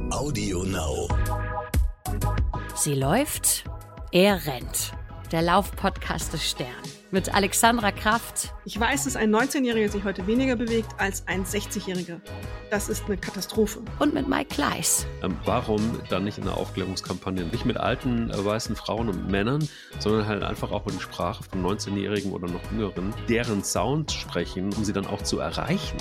Audio Now. Sie läuft, er rennt. Der Lauf-Podcast des Stern. Mit Alexandra Kraft. Ich weiß, dass ein 19-Jähriger sich heute weniger bewegt als ein 60-Jähriger. Das ist eine Katastrophe. Und mit Mike Kleiss. Warum dann nicht in der Aufklärungskampagne nicht mit alten, weißen Frauen und Männern, sondern halt einfach auch über die Sprache von 19-Jährigen oder noch Jüngeren, deren Sound sprechen, um sie dann auch zu erreichen?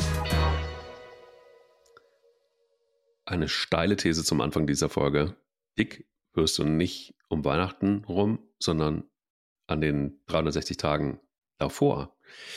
Eine steile These zum Anfang dieser Folge. Dick wirst du nicht um Weihnachten rum, sondern an den 360 Tagen davor.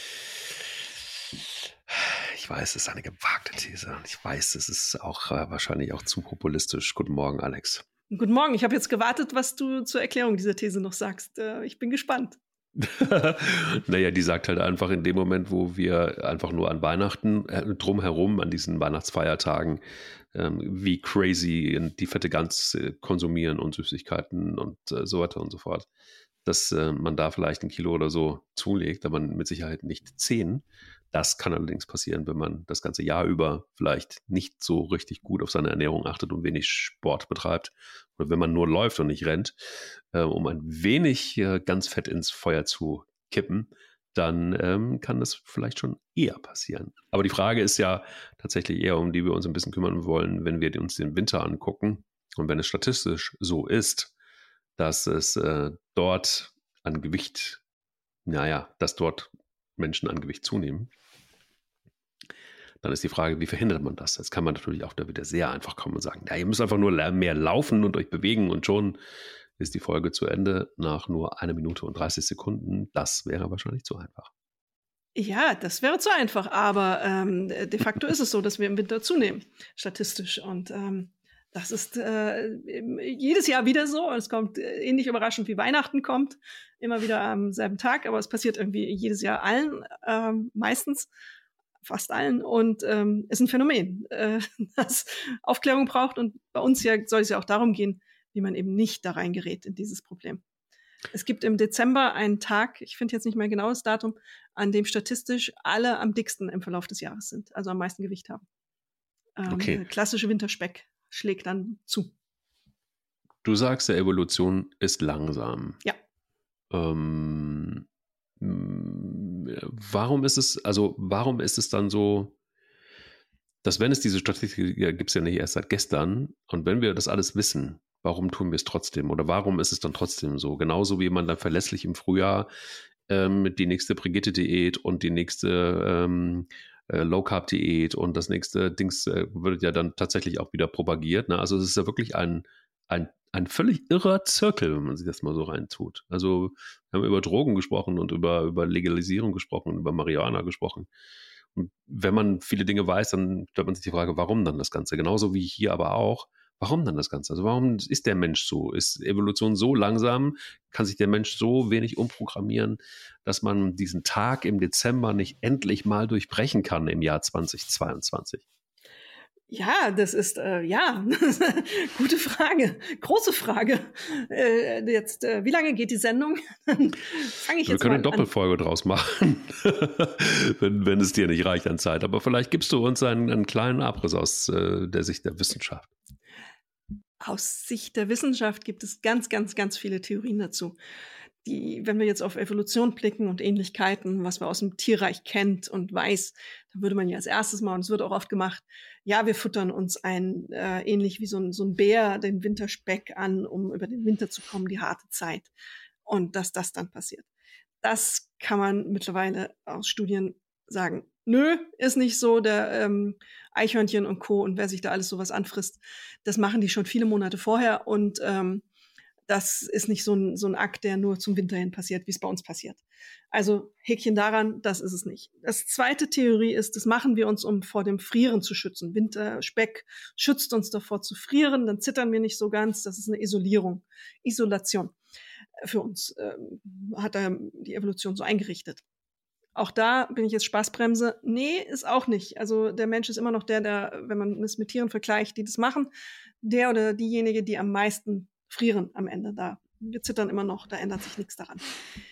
Ich weiß, es ist eine gewagte These. Ich weiß, es ist auch wahrscheinlich auch zu populistisch. Guten Morgen, Alex. Guten Morgen. Ich habe jetzt gewartet, was du zur Erklärung dieser These noch sagst. Ich bin gespannt. Naja, die sagt halt einfach in dem Moment, wo wir einfach nur an Weihnachten drumherum, an diesen Weihnachtsfeiertagen, wie crazy die fette Gans konsumieren und Süßigkeiten und so weiter und so fort, dass man da vielleicht 1 Kilo oder so zulegt, aber mit Sicherheit nicht 10. Das kann allerdings passieren, wenn man das ganze Jahr über vielleicht nicht so richtig gut auf seine Ernährung achtet und wenig Sport betreibt. Oder wenn man nur läuft und nicht rennt, um ein wenig ganz Fett ins Feuer zu kippen, dann kann das vielleicht schon eher passieren. Aber die Frage ist ja tatsächlich eher, um die wir uns ein bisschen kümmern wollen, wenn wir uns den Winter angucken und wenn es statistisch so ist, dass es dort an Gewicht, dass dort Menschen an Gewicht zunehmen, dann ist die Frage, wie verhindert man das? Jetzt kann man natürlich auch da wieder sehr einfach kommen und sagen, ja, ihr müsst einfach nur mehr laufen und euch bewegen und schon ist die Folge zu Ende nach nur 1 Minute und 30 Sekunden. Das wäre wahrscheinlich zu einfach. Ja, das wäre zu einfach, aber de facto ist es so, dass wir im Winter zunehmen, statistisch. Und das ist jedes Jahr wieder so. Und es kommt ähnlich überraschend wie Weihnachten kommt, immer wieder am selben Tag, aber es passiert irgendwie jedes Jahr allen, meistens, fast allen. Und ist ein Phänomen, das Aufklärung braucht. Und bei uns soll es ja auch darum gehen, wie man eben nicht da reingerät in dieses Problem. Es gibt im Dezember einen Tag, ich finde jetzt nicht mehr genau das Datum, an dem statistisch alle am dicksten im Verlauf des Jahres sind, also am meisten Gewicht haben. Okay. Klassische Winterspeck schlägt dann zu. Du sagst, der Evolution ist langsam. Ja. Warum ist es dann so, dass wenn es diese Statistik gibt es ja nicht erst seit gestern und wenn wir das alles wissen, warum tun wir es trotzdem? Oder warum ist es dann trotzdem so? Genauso wie man dann verlässlich im Frühjahr die nächste Brigitte-Diät und die nächste Low-Carb-Diät und das nächste Dings wird ja dann tatsächlich auch wieder propagiert. Ne? Also es ist ja wirklich ein völlig irrer Zirkel, wenn man sich das mal so reintut. Also wir haben über Drogen gesprochen und über Legalisierung gesprochen und über Marihuana gesprochen. Und wenn man viele Dinge weiß, dann stellt man sich die Frage, warum dann das Ganze? Genauso wie hier aber auch. Warum dann das Ganze? Also warum ist der Mensch so? Ist Evolution so langsam? Kann sich der Mensch so wenig umprogrammieren, dass man diesen Tag im Dezember nicht endlich mal durchbrechen kann im Jahr 2022? Ja, das ist, gute Frage, große Frage. Wie lange geht die Sendung? Wir können eine Doppelfolge draus machen, wenn es dir nicht reicht an Zeit. Aber vielleicht gibst du uns einen kleinen Abriss aus der Sicht der Wissenschaft. Aus Sicht der Wissenschaft gibt es ganz, ganz, ganz viele Theorien dazu. Wenn wir jetzt auf Evolution blicken und Ähnlichkeiten, was man aus dem Tierreich kennt und weiß, dann würde man ja als erstes mal, und es wird auch oft gemacht, ja, wir futtern uns ähnlich wie so ein Bär, den Winterspeck an, um über den Winter zu kommen, die harte Zeit. Und dass das dann passiert. Das kann man mittlerweile aus Studien sagen. Nö, ist nicht so. Der Eichhörnchen und Co. und wer sich da alles sowas anfrisst, das machen die schon viele Monate vorher und das ist nicht so ein Akt, der nur zum Winter hin passiert, wie es bei uns passiert. Also Häkchen daran, das ist es nicht. Das zweite Theorie ist, das machen wir uns, um vor dem Frieren zu schützen. Winterspeck schützt uns davor zu frieren, dann zittern wir nicht so ganz. Das ist eine Isolation für uns. Hat da die Evolution so eingerichtet. Auch da bin ich jetzt Spaßbremse. Nee, ist auch nicht. Also der Mensch ist immer noch der, wenn man es mit Tieren vergleicht, die das machen, der oder diejenige, die am meisten frieren am Ende. Wir zittern immer noch, da ändert sich nichts daran.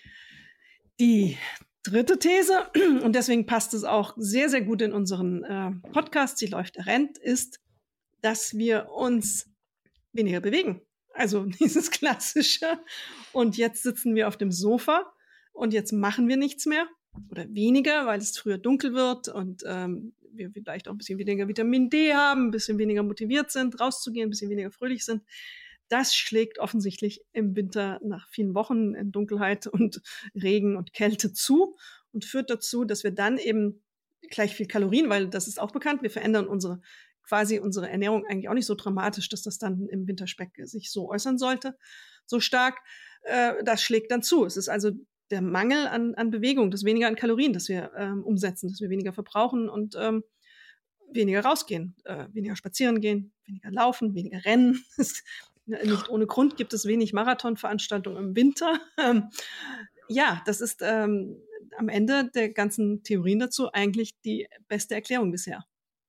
Die dritte These, und deswegen passt es auch sehr, sehr gut in unseren Podcast, Sie läuft, er rennt, ist, dass wir uns weniger bewegen. Also dieses klassische. Und jetzt sitzen wir auf dem Sofa und jetzt machen wir nichts mehr oder weniger, weil es früher dunkel wird und wir vielleicht auch ein bisschen weniger Vitamin D haben, ein bisschen weniger motiviert sind, rauszugehen, ein bisschen weniger fröhlich sind. Das schlägt offensichtlich im Winter nach vielen Wochen in Dunkelheit und Regen und Kälte zu und führt dazu, dass wir dann eben gleich viel Kalorien, weil das ist auch bekannt, wir verändern unsere Ernährung eigentlich auch nicht so dramatisch, dass das dann im Winterspeck sich so äußern sollte, so stark. Das schlägt dann zu. Es ist also der Mangel an Bewegung, das weniger an Kalorien, das wir umsetzen, dass wir weniger verbrauchen und weniger rausgehen, weniger spazieren gehen, weniger laufen, weniger rennen. Nicht ohne Grund gibt es wenig Marathonveranstaltungen im Winter. Ja, das ist am Ende der ganzen Theorien dazu eigentlich die beste Erklärung bisher.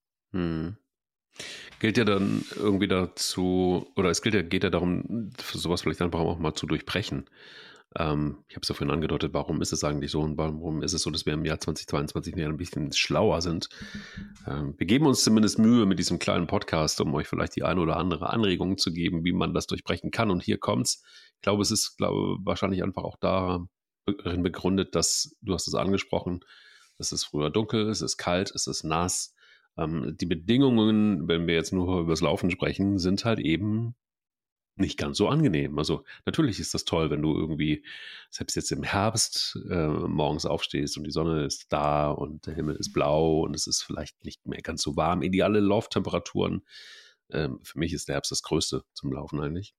Gilt ja dann irgendwie dazu, oder geht ja darum, sowas vielleicht einfach auch mal zu durchbrechen. Ich habe es ja vorhin angedeutet, warum ist es eigentlich so und warum ist es so, dass wir im Jahr 2022 ein bisschen schlauer sind. Wir geben uns zumindest Mühe mit diesem kleinen Podcast, um euch vielleicht die eine oder andere Anregung zu geben, wie man das durchbrechen kann. Und hier kommt's. Ich glaube, es ist wahrscheinlich einfach auch darin begründet, dass, du hast es angesprochen, es ist früher dunkel, es ist kalt, es ist nass. Die Bedingungen, wenn wir jetzt nur über das Laufen sprechen, sind halt eben nicht ganz so angenehm. Also natürlich ist das toll, wenn du irgendwie, selbst jetzt im Herbst, morgens aufstehst und die Sonne ist da und der Himmel ist blau und es ist vielleicht nicht mehr ganz so warm. Ideale Lauftemperaturen. Für mich ist der Herbst das Größte zum Laufen eigentlich.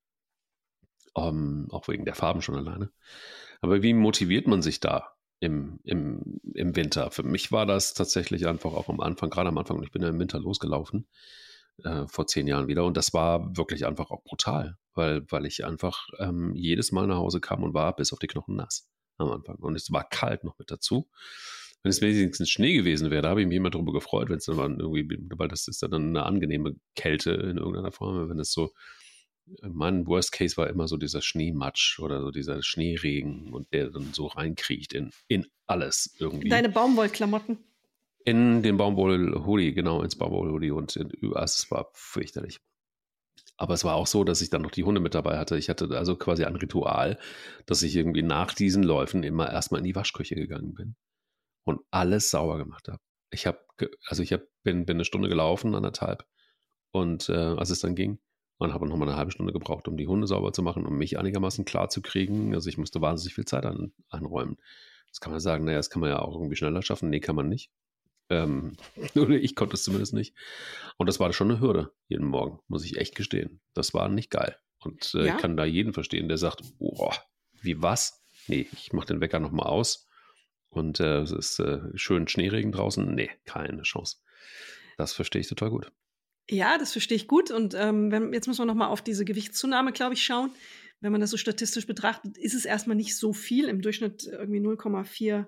Auch wegen der Farben schon alleine. Aber wie motiviert man sich da im Winter? Für mich war das tatsächlich einfach auch gerade am Anfang, und ich bin ja im Winter losgelaufen, vor 10 Jahren wieder. Und das war wirklich einfach auch brutal, weil ich einfach jedes Mal nach Hause kam und war bis auf die Knochen nass am Anfang. Und es war kalt noch mit dazu. Wenn es wenigstens Schnee gewesen wäre, da habe ich mich immer darüber gefreut, wenn es dann irgendwie, weil das ist dann eine angenehme Kälte in irgendeiner Form. Wenn es so, mein Worst Case war immer so dieser Schneematsch oder so dieser Schneeregen und der dann so reinkriecht in alles irgendwie. Deine Baumwollklamotten. In den Baumwoll-Hoodie, genau, ins Baumwoll-Hoodie und es war fürchterlich. Aber es war auch so, dass ich dann noch die Hunde mit dabei hatte. Ich hatte also quasi ein Ritual, dass ich irgendwie nach diesen Läufen immer erstmal in die Waschküche gegangen bin und alles sauber gemacht habe. Bin eine Stunde gelaufen, 1,5, und als es dann ging, und habe nochmal eine halbe Stunde gebraucht, um die Hunde sauber zu machen, um mich einigermaßen klar zu kriegen. Also ich musste wahnsinnig viel Zeit einräumen. Das kann man sagen, naja, das kann man ja auch irgendwie schneller schaffen. Nee, kann man nicht. Oder ich konnte es zumindest nicht. Und das war schon eine Hürde jeden Morgen, muss ich echt gestehen. Das war nicht geil. Und ich kann da jeden verstehen, der sagt, oh, wie was? Nee, ich mache den Wecker nochmal aus. Und es ist schön Schneeregen draußen. Nee, keine Chance. Das verstehe ich total gut. Ja, das verstehe ich gut. Und jetzt müssen wir noch mal auf diese Gewichtszunahme, glaube ich, schauen. Wenn man das so statistisch betrachtet, ist es erstmal nicht so viel. Im Durchschnitt irgendwie 0,4,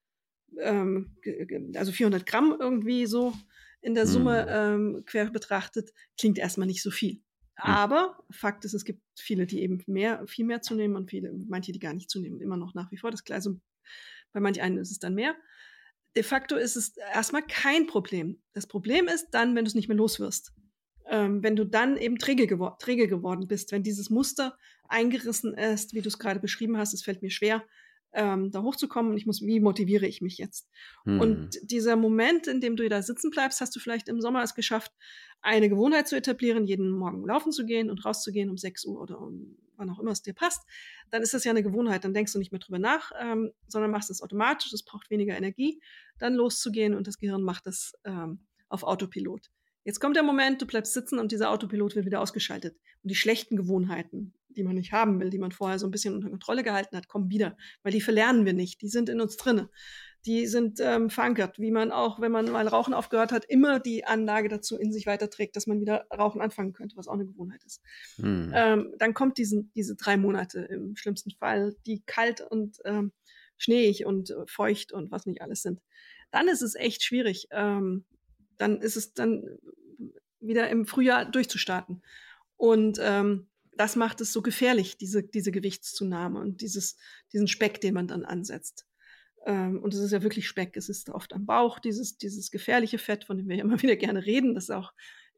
also 400 Gramm irgendwie so in der Summe quer betrachtet. Klingt erstmal nicht so viel. Aber Fakt ist, es gibt viele, die eben viel mehr zunehmen und manche, die gar nicht zunehmen. Immer noch nach wie vor. Also bei manch einen ist es dann mehr. De facto ist es erstmal kein Problem. Das Problem ist dann, wenn du es nicht mehr los wirst. Wenn du dann eben träge geworden bist, wenn dieses Muster eingerissen ist, wie du es gerade beschrieben hast, es fällt mir schwer, da hochzukommen und wie motiviere ich mich jetzt? Und dieser Moment, in dem du da sitzen bleibst, hast du vielleicht im Sommer es geschafft, eine Gewohnheit zu etablieren, jeden Morgen laufen zu gehen und rauszugehen um 6 Uhr oder um wann auch immer es dir passt. Dann ist das ja eine Gewohnheit, dann denkst du nicht mehr drüber nach, sondern machst es automatisch, es braucht weniger Energie, dann loszugehen und das Gehirn macht das auf Autopilot. Jetzt kommt der Moment, du bleibst sitzen und dieser Autopilot wird wieder ausgeschaltet. Und die schlechten Gewohnheiten, die man nicht haben will, die man vorher so ein bisschen unter Kontrolle gehalten hat, kommen wieder. Weil die verlernen wir nicht, die sind in uns drinne. Die sind verankert, wie man auch, wenn man mal Rauchen aufgehört hat, immer die Anlage dazu in sich weiterträgt, dass man wieder Rauchen anfangen könnte, was auch eine Gewohnheit ist. Dann kommt diese 3 Monate im schlimmsten Fall, die kalt und schneeig und feucht und was nicht alles sind. Dann ist es echt schwierig. Dann ist es dann wieder im Frühjahr durchzustarten. Und das macht es so gefährlich, diese Gewichtszunahme und diesen Speck, den man dann ansetzt. Und es ist ja wirklich Speck. Es ist oft am Bauch, dieses gefährliche Fett, von dem wir ja immer wieder gerne reden, das auch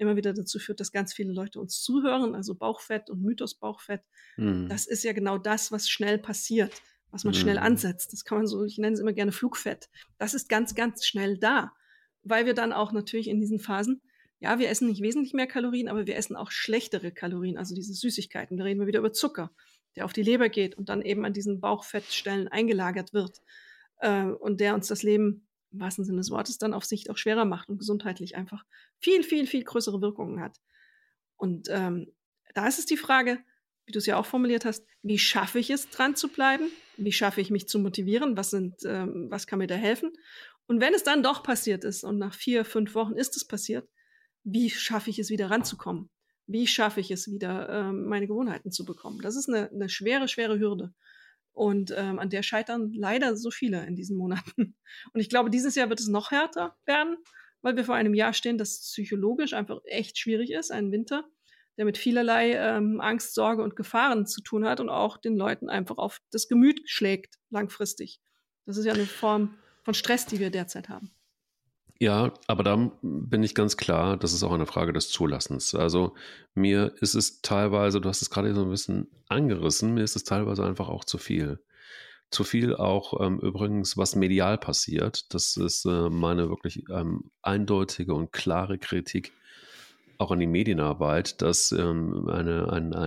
immer wieder dazu führt, dass ganz viele Leute uns zuhören, also Bauchfett und Mythos Bauchfett. Das ist ja genau das, was schnell passiert, was man schnell ansetzt. Das kann man so, ich nenne es immer gerne Flugfett. Das ist ganz, ganz schnell da, weil wir dann auch natürlich in diesen Phasen, ja, wir essen nicht wesentlich mehr Kalorien, aber wir essen auch schlechtere Kalorien, also diese Süßigkeiten. Da reden wir wieder über Zucker, der auf die Leber geht und dann eben an diesen Bauchfettstellen eingelagert wird und der uns das Leben im wahrsten Sinne des Wortes dann auf Sicht auch schwerer macht und gesundheitlich einfach viel, viel, viel größere Wirkungen hat. Und da ist es die Frage, wie du es ja auch formuliert hast, wie schaffe ich es, dran zu bleiben? Wie schaffe ich mich zu motivieren? Was kann mir da helfen? Und wenn es dann doch passiert ist und nach 4, 5 Wochen ist es passiert, wie schaffe ich es wieder ranzukommen? Wie schaffe ich es wieder, meine Gewohnheiten zu bekommen? Das ist eine schwere, schwere Hürde. Und an der scheitern leider so viele in diesen Monaten. Und ich glaube, dieses Jahr wird es noch härter werden, weil wir vor einem Jahr stehen, das psychologisch einfach echt schwierig ist, ein Winter, der mit vielerlei Angst, Sorge und Gefahren zu tun hat und auch den Leuten einfach auf das Gemüt schlägt, langfristig. Das ist ja eine Form von Stress, die wir derzeit haben. Ja, aber da bin ich ganz klar, das ist auch eine Frage des Zulassens. Also mir ist es teilweise, du hast es gerade so ein bisschen angerissen, mir ist es teilweise einfach auch zu viel. Zu viel auch übrigens, was medial passiert. Das ist meine wirklich eindeutige und klare Kritik auch an die Medienarbeit, dass eine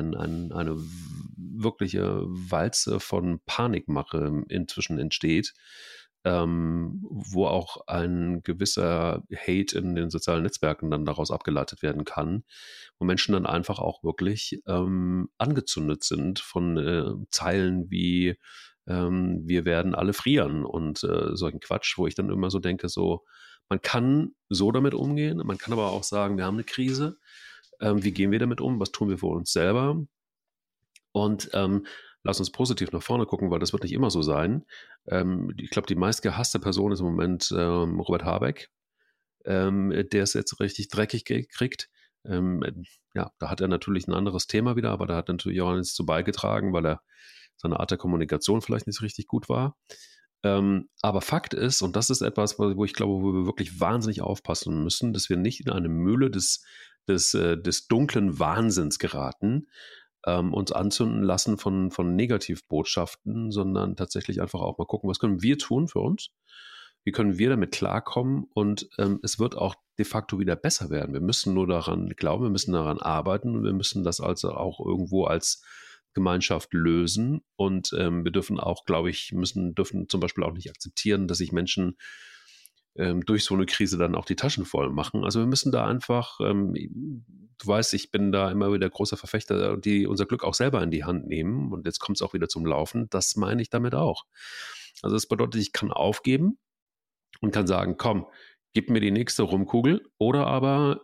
wirkliche Walze von Panikmache inzwischen entsteht, wo auch ein gewisser Hate in den sozialen Netzwerken dann daraus abgeleitet werden kann, wo Menschen dann einfach auch wirklich angezündet sind von Zeilen wie wir werden alle frieren und solchen Quatsch, wo ich dann immer so denke, so, man kann so damit umgehen, man kann aber auch sagen, wir haben eine Krise, wie gehen wir damit um, was tun wir für uns selber und lass uns positiv nach vorne gucken, weil das wird nicht immer so sein. Ich glaube, die meistgehasste Person ist im Moment Robert Habeck, der es jetzt richtig dreckig kriegt. Ja, da hat er natürlich ein anderes Thema wieder, aber da hat natürlich auch nichts zu beigetragen, weil er seine Art der Kommunikation vielleicht nicht richtig gut war. Aber Fakt ist, und das ist etwas, wo ich glaube, wo wir wirklich wahnsinnig aufpassen müssen, dass wir nicht in eine Mühle des dunklen Wahnsinns geraten, uns anzünden lassen von Negativbotschaften, sondern tatsächlich einfach auch mal gucken, was können wir tun für uns? Wie können wir damit klarkommen? Und es wird auch de facto wieder besser werden. Wir müssen nur daran glauben, wir müssen daran arbeiten und wir müssen das also auch irgendwo als Gemeinschaft lösen. Und wir dürfen auch, glaube ich, dürfen zum Beispiel auch nicht akzeptieren, dass sich Menschen durch so eine Krise dann auch die Taschen voll machen. Also wir müssen da einfach, du weißt, ich bin da immer wieder großer Verfechter, die unser Glück auch selber in die Hand nehmen. Und jetzt kommt es auch wieder zum Laufen. Das meine ich damit auch. Also das bedeutet, ich kann aufgeben und kann sagen, komm, gib mir die nächste Rumkugel oder aber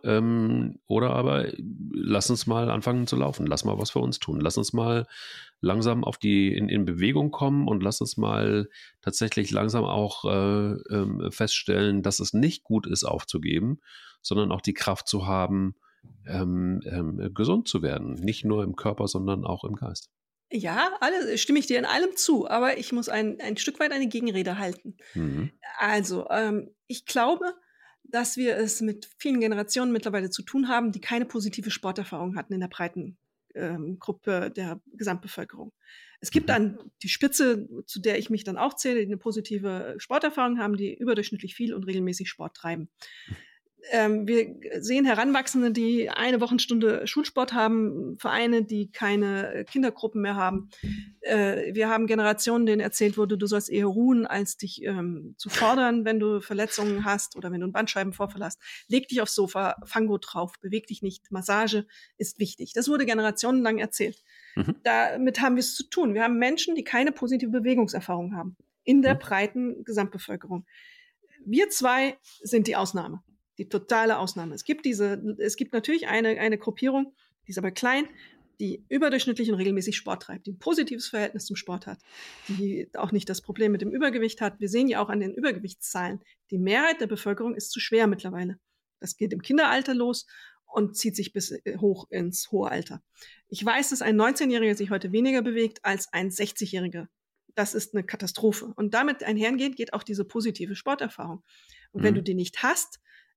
lass uns mal anfangen zu laufen. Lass mal was für uns tun. Lass uns mal langsam in Bewegung kommen und lass uns mal tatsächlich langsam auch feststellen, dass es nicht gut ist, aufzugeben, sondern auch die Kraft zu haben, gesund zu werden. Nicht nur im Körper, sondern auch im Geist. Ja, stimme ich dir in allem zu, aber ich muss ein Stück weit eine Gegenrede halten. Also, ich glaube, dass wir es mit vielen Generationen mittlerweile zu tun haben, die keine positive Sporterfahrung hatten in der breiten Gruppe der Gesamtbevölkerung. Es gibt dann die Spitze, zu der ich mich dann auch zähle, die eine positive Sporterfahrung haben, die überdurchschnittlich viel und regelmäßig Sport treiben. Wir sehen Heranwachsende, die eine Wochenstunde Schulsport haben, Vereine, die keine Kindergruppen mehr haben. Wir haben Generationen, denen erzählt wurde, du sollst eher ruhen, als dich zu fordern, wenn du Verletzungen hast oder wenn du einen Bandscheibenvorfall hast. Leg dich aufs Sofa, fang gut drauf, beweg dich nicht. Massage ist wichtig. Das wurde generationenlang erzählt. Damit haben wir es zu tun. Wir haben Menschen, die keine positive Bewegungserfahrung haben in der breiten Gesamtbevölkerung. Wir zwei sind die Ausnahme. Die totale Ausnahme. Es gibt natürlich eine Gruppierung, die ist aber klein, die überdurchschnittlich und regelmäßig Sport treibt, die ein positives Verhältnis zum Sport hat, die auch nicht das Problem mit dem Übergewicht hat. Wir sehen ja auch an den Übergewichtszahlen, die Mehrheit der Bevölkerung ist zu schwer mittlerweile. Das geht im Kinderalter los und zieht sich bis hoch ins hohe Alter. Ich weiß, dass ein 19-Jähriger sich heute weniger bewegt als ein 60-Jähriger. Das ist eine Katastrophe. Und damit einhergehend geht auch diese positive Sporterfahrung. Und wenn du die nicht hast,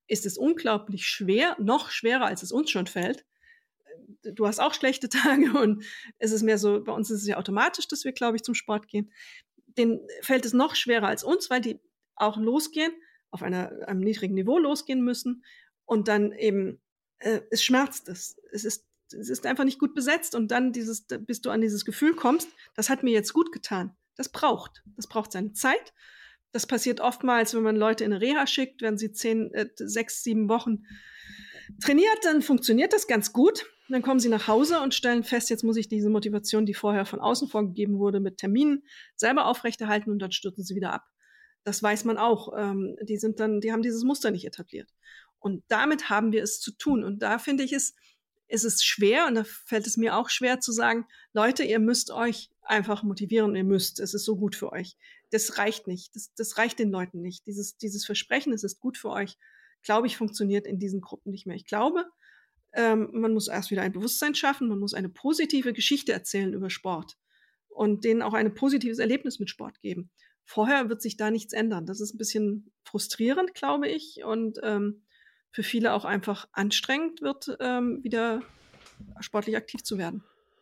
ist es unglaublich schwer, noch schwerer, als es uns schon fällt. Du hast auch schlechte Tage und es ist mehr so, bei uns ist es ja automatisch, dass wir, glaube ich, zum Sport gehen. Denen fällt es noch schwerer als uns, weil die auch losgehen, auf einem niedrigen Niveau losgehen müssen und dann eben, es schmerzt es. Es ist einfach nicht gut besetzt und dann bis du an dieses Gefühl kommst, das hat mir jetzt gut getan. Das braucht seine Zeit. Das passiert oftmals, wenn man Leute in eine Reha schickt, wenn sie 6, 7 Wochen trainiert, dann funktioniert das ganz gut. Dann kommen sie nach Hause und stellen fest, jetzt muss ich diese Motivation, die vorher von außen vorgegeben wurde, mit Terminen selber aufrechterhalten und dann stürzen sie wieder ab. Das weiß man auch. Die haben dieses Muster nicht etabliert. Und damit haben wir es zu tun. Und da finde ich es ist schwer und da fällt es mir auch schwer zu sagen, Leute, ihr müsst euch einfach motivieren, es ist so gut für euch. Das reicht nicht. Das reicht den Leuten nicht. Dieses Versprechen, es ist gut für euch, glaube ich, funktioniert in diesen Gruppen nicht mehr. Ich glaube, man muss erst wieder ein Bewusstsein schaffen, man muss eine positive Geschichte erzählen über Sport und denen auch ein positives Erlebnis mit Sport geben. Vorher wird sich da nichts ändern. Das ist ein bisschen frustrierend, glaube ich, und für viele auch einfach anstrengend wird, wieder sportlich aktiv zu werden.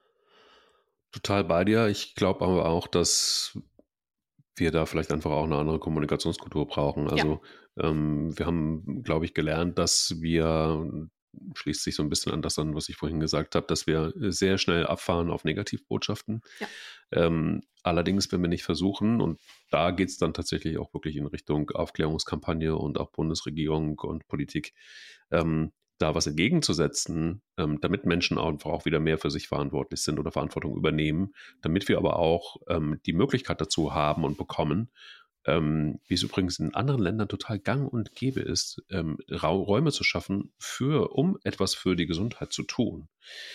Total bei dir. Ich glaube aber auch, dass wir da vielleicht einfach auch eine andere Kommunikationskultur brauchen. Also wir haben, glaube ich, gelernt, dass wir, schließt sich so ein bisschen an das an, was ich vorhin gesagt habe, dass wir sehr schnell abfahren auf Negativbotschaften. Ja. Allerdings, wenn wir nicht versuchen, und da geht es dann tatsächlich auch wirklich in Richtung Aufklärungskampagne und auch Bundesregierung und Politik, da was entgegenzusetzen, damit Menschen einfach auch wieder mehr für sich verantwortlich sind oder Verantwortung übernehmen, damit wir aber auch die Möglichkeit dazu haben und bekommen, wie es übrigens in anderen Ländern total gang und gäbe ist, Räume zu schaffen, um etwas für die Gesundheit zu tun.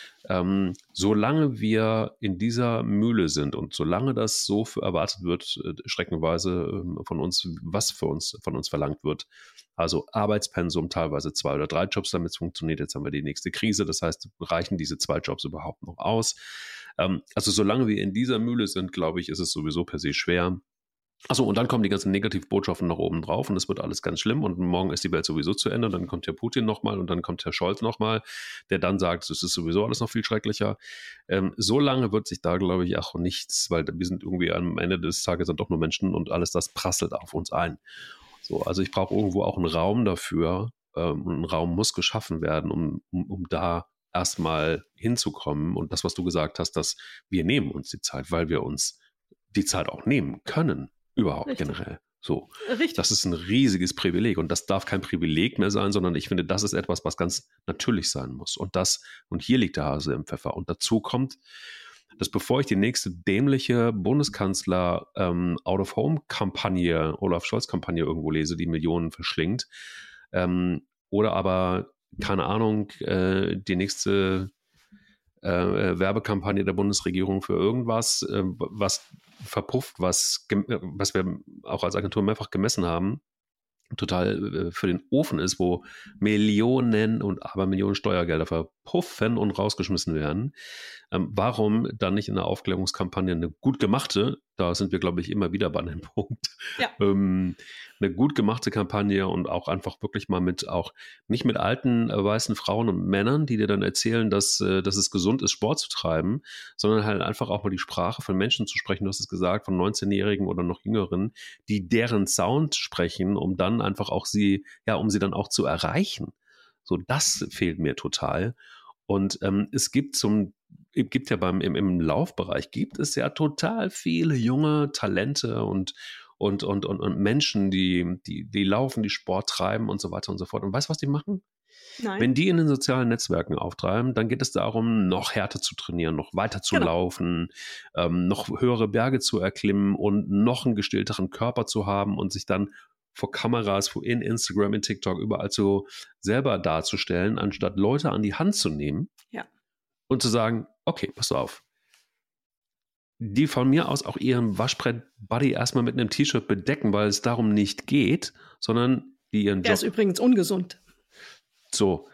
Solange wir in dieser Mühle sind und solange das so erwartet wird, streckenweise von uns, was von uns verlangt wird, also Arbeitspensum, teilweise 2 oder 3 Jobs, damit es funktioniert. Jetzt haben wir die nächste Krise, das heißt, reichen diese 2 Jobs überhaupt noch aus? Also solange wir in dieser Mühle sind, glaube ich, ist es sowieso per se schwer. Achso, und dann kommen die ganzen Negativbotschaften nach oben drauf und es wird alles ganz schlimm und morgen ist die Welt sowieso zu Ende und dann kommt Herr Putin nochmal und dann kommt Herr Scholz nochmal, der dann sagt, es ist sowieso alles noch viel schrecklicher. So lange wird sich da, glaube ich, auch nichts, weil wir sind irgendwie am Ende des Tages dann doch nur Menschen und alles das prasselt auf uns ein. So, also ich brauche irgendwo auch einen Raum dafür, ein Raum muss geschaffen werden, um da erstmal hinzukommen und das, was du gesagt hast, dass wir nehmen uns die Zeit, weil wir uns die Zeit auch nehmen können. Überhaupt Richtig. Generell. So. Richtig. Das ist ein riesiges Privileg und das darf kein Privileg mehr sein, sondern ich finde, das ist etwas, was ganz natürlich sein muss. Und hier liegt der Hase im Pfeffer. Und dazu kommt, dass bevor ich die nächste dämliche Bundeskanzler Out-of-Home-Kampagne, Olaf Scholz-Kampagne irgendwo lese, die Millionen verschlingt, oder aber, keine Ahnung, die nächste Werbekampagne der Bundesregierung für irgendwas, was verpufft, was wir auch als Agentur mehrfach gemessen haben, total für den Ofen ist, wo Millionen und Abermillionen Steuergelder verpuffen und rausgeschmissen werden. Warum dann nicht in der Aufklärungskampagne eine gut gemachte, da sind wir, glaube ich, immer wieder bei einem Punkt, eine gut gemachte Kampagne und auch einfach wirklich mal nicht mit alten weißen Frauen und Männern, die dir dann erzählen, dass es gesund ist, Sport zu treiben, sondern halt einfach auch mal die Sprache von Menschen zu sprechen, du hast es gesagt, von 19-Jährigen oder noch Jüngeren, die deren Sound sprechen, um dann einfach auch um sie dann auch zu erreichen. So, das fehlt mir total. Und es gibt ja im Laufbereich gibt es ja total viele junge Talente und Menschen, die laufen, die Sport treiben und so weiter und so fort. Und weißt du, was die machen? Nein. Wenn die in den sozialen Netzwerken auftreiben, dann geht es darum, noch härter zu trainieren, noch weiter zu laufen, noch höhere Berge zu erklimmen und noch einen gestillteren Körper zu haben und sich dann vor Kameras, in Instagram, in TikTok, überall so selber darzustellen, anstatt Leute an die Hand zu nehmen und zu sagen, okay, pass auf, die von mir aus auch ihren Waschbrett-Buddy erstmal mit einem T-Shirt bedecken, weil es darum nicht geht, sondern die ihren Job... Der ist übrigens ungesund. So,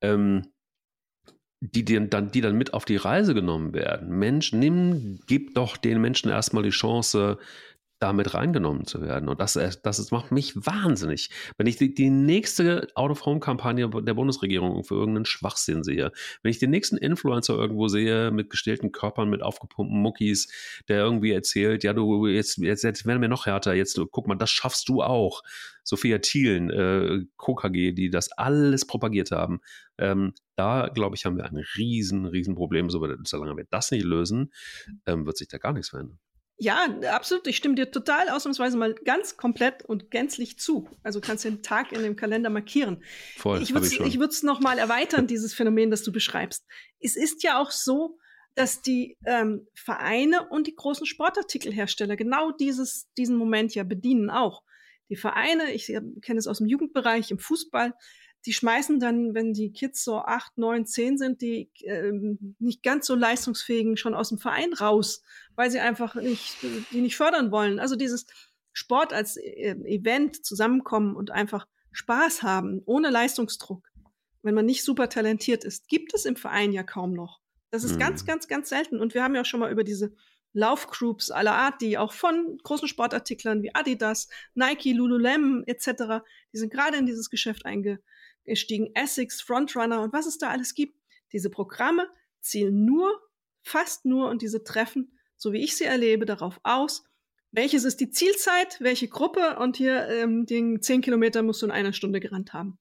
die dann mit auf die Reise genommen werden. Mensch, gib doch den Menschen erstmal die Chance, damit reingenommen zu werden. Und das macht mich wahnsinnig. Wenn ich die nächste Out-of-Home-Kampagne der Bundesregierung für irgendeinen Schwachsinn sehe, wenn ich den nächsten Influencer irgendwo sehe mit gestählten Körpern, mit aufgepumpten Muckis, der irgendwie erzählt, ja, du, jetzt werden wir noch härter, jetzt guck mal, das schaffst du auch. Sophia Thielen, KKG, die das alles propagiert haben. Da, glaube ich, haben wir ein riesen Problem. Solange wir das nicht lösen, wird sich da gar nichts verändern. Ja, absolut. Ich stimme dir total ausnahmsweise mal ganz komplett und gänzlich zu. Also kannst du den Tag in dem Kalender markieren. Voll, ich würde es noch mal erweitern, dieses Phänomen, das du beschreibst. Es ist ja auch so, dass die Vereine und die großen Sportartikelhersteller genau diesen Moment ja bedienen auch. Die Vereine, ich kenne es aus dem Jugendbereich, im Fußball, die schmeißen dann, wenn die Kids so 8, 9, 10 sind, die nicht ganz so leistungsfähigen schon aus dem Verein raus, weil sie einfach die nicht fördern wollen. Also dieses Sport als Event zusammenkommen und einfach Spaß haben, ohne Leistungsdruck, wenn man nicht super talentiert ist, gibt es im Verein ja kaum noch. Das ist ganz, ganz, ganz selten. Und wir haben ja auch schon mal über diese Laufgroups aller Art, die auch von großen Sportartiklern wie Adidas, Nike, Lululemon etc., die sind gerade in dieses Geschäft eingestiegen, Essex, Frontrunner und was es da alles gibt. Diese Programme zielen fast nur und diese Treffen, so wie ich sie erlebe, darauf aus, welches ist die Zielzeit, welche Gruppe und hier den 10 Kilometer musst du in einer Stunde gerannt haben.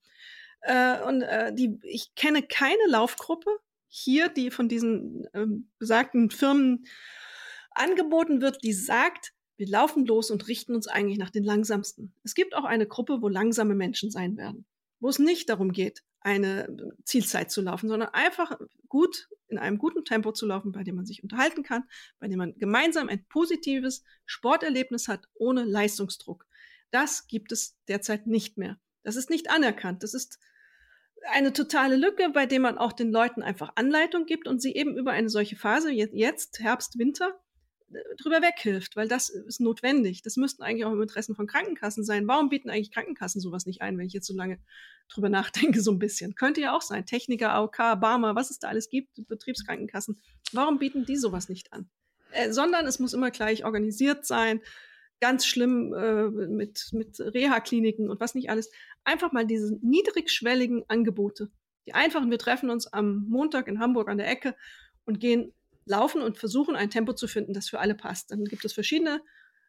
Ich kenne keine Laufgruppe hier, die von diesen besagten Firmen angeboten wird, die sagt, wir laufen los und richten uns eigentlich nach den Langsamsten. Es gibt auch eine Gruppe, wo langsame Menschen sein werden, wo es nicht darum geht, eine Zielzeit zu laufen, sondern einfach in einem guten Tempo zu laufen, bei dem man sich unterhalten kann, bei dem man gemeinsam ein positives Sporterlebnis hat, ohne Leistungsdruck. Das gibt es derzeit nicht mehr. Das ist nicht anerkannt. Das ist eine totale Lücke, bei der man auch den Leuten einfach Anleitung gibt und sie eben über eine solche Phase, jetzt Herbst, Winter, drüber weghilft, weil das ist notwendig. Das müssten eigentlich auch im Interesse von Krankenkassen sein. Warum bieten eigentlich Krankenkassen sowas nicht ein, wenn ich jetzt so lange drüber nachdenke, so ein bisschen? Könnte ja auch sein. Techniker, AOK, Barmer, was es da alles gibt, Betriebskrankenkassen. Warum bieten die sowas nicht an? Sondern es muss immer gleich organisiert sein, ganz schlimm mit Reha-Kliniken und was nicht alles. Einfach mal diese niedrigschwelligen Angebote. Die einfachen, wir treffen uns am Montag in Hamburg an der Ecke und gehen laufen und versuchen, ein Tempo zu finden, das für alle passt. Dann gibt es verschiedene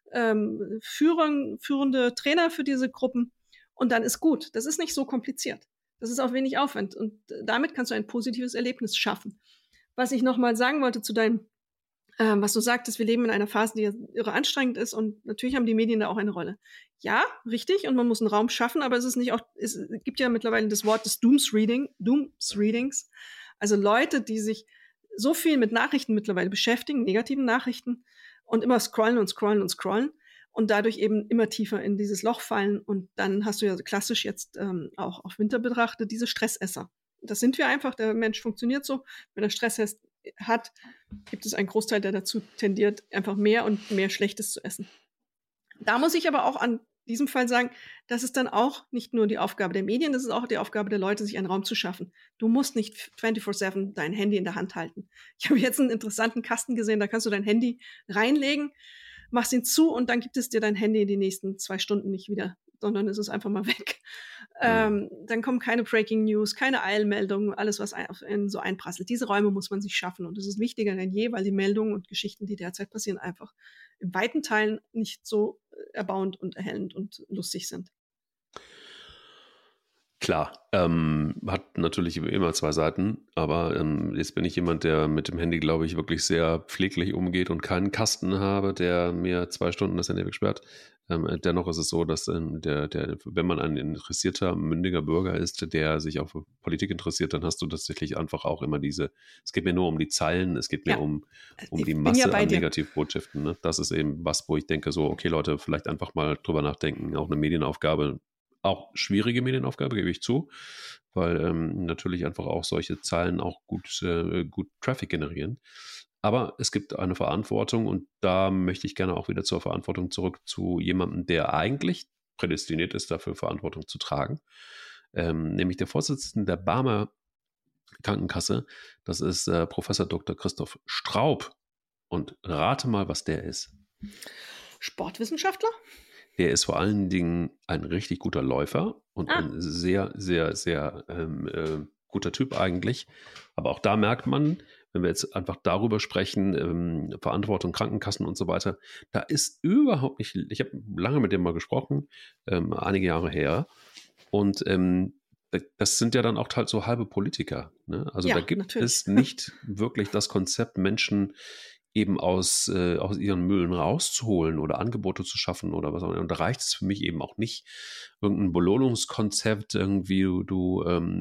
führende Trainer für diese Gruppen und dann ist gut. Das ist nicht so kompliziert. Das ist auch wenig Aufwand und damit kannst du ein positives Erlebnis schaffen. Was ich nochmal sagen wollte zu deinem, was du sagtest, wir leben in einer Phase, die irre anstrengend ist und natürlich haben die Medien da auch eine Rolle. Ja, richtig, und man muss einen Raum schaffen, aber es gibt ja mittlerweile das Wort des Doomsreadings, also Leute, die sich so viel mit Nachrichten mittlerweile beschäftigen, negativen Nachrichten und immer scrollen und dadurch eben immer tiefer in dieses Loch fallen und dann hast du ja klassisch jetzt auch auf Winter betrachtet diese Stressesser. Das sind wir einfach, der Mensch funktioniert so, wenn er Stress hat, gibt es einen Großteil, der dazu tendiert, einfach mehr und mehr Schlechtes zu essen. Da muss ich aber auch an diesem Fall sagen, das ist dann auch nicht nur die Aufgabe der Medien, das ist auch die Aufgabe der Leute, sich einen Raum zu schaffen. Du musst nicht 24/7 dein Handy in der Hand halten. Ich habe jetzt einen interessanten Kasten gesehen, da kannst du dein Handy reinlegen, machst ihn zu und dann gibt es dir dein Handy die nächsten 2 Stunden nicht wieder, sondern es ist einfach mal weg. Dann kommen keine Breaking News, keine Eilmeldungen, alles, was so einprasselt. Diese Räume muss man sich schaffen und es ist wichtiger denn je, weil die Meldungen und Geschichten, die derzeit passieren, einfach in weiten Teilen nicht so erbauend und erhellend und lustig sind. Klar, hat natürlich immer 2 Seiten, aber jetzt bin ich jemand, der mit dem Handy, glaube ich, wirklich sehr pfleglich umgeht und keinen Kasten habe, der mir 2 Stunden das Handy wegsperrt. Dennoch ist es so, dass wenn man ein interessierter, mündiger Bürger ist, der sich auch für Politik interessiert, dann hast du tatsächlich einfach auch immer es geht mir nur um die Zeilen, es geht mir um die Masse an Negativbotschaften. Ne? Das ist eben was, wo ich denke so, okay Leute, vielleicht einfach mal drüber nachdenken, auch eine Medienaufgabe, auch schwierige Medienaufgabe, gebe ich zu, weil natürlich einfach auch solche Zahlen auch gut Traffic generieren. Aber es gibt eine Verantwortung und da möchte ich gerne auch wieder zur Verantwortung zurück zu jemandem, der eigentlich prädestiniert ist, dafür Verantwortung zu tragen, nämlich der Vorsitzende der Barmer Krankenkasse, das ist Professor Dr. Christoph Straub. Und rate mal, was der ist. Sportwissenschaftler? Der ist vor allen Dingen ein richtig guter Läufer und Ah. ein sehr, sehr, sehr guter Typ eigentlich. Aber auch da merkt man, wenn wir jetzt einfach darüber sprechen, Verantwortung, Krankenkassen und so weiter, da ist überhaupt nicht, ich habe lange mit dem mal gesprochen, einige Jahre her, und das sind ja dann auch halt so halbe Politiker. Ne? Also Ja, da gibt natürlich. es nicht wirklich das Konzept, Menschen eben aus ihren Mühlen rauszuholen oder Angebote zu schaffen oder was auch immer. Und da reicht es für mich eben auch nicht, irgendein Belohnungskonzept, irgendwie du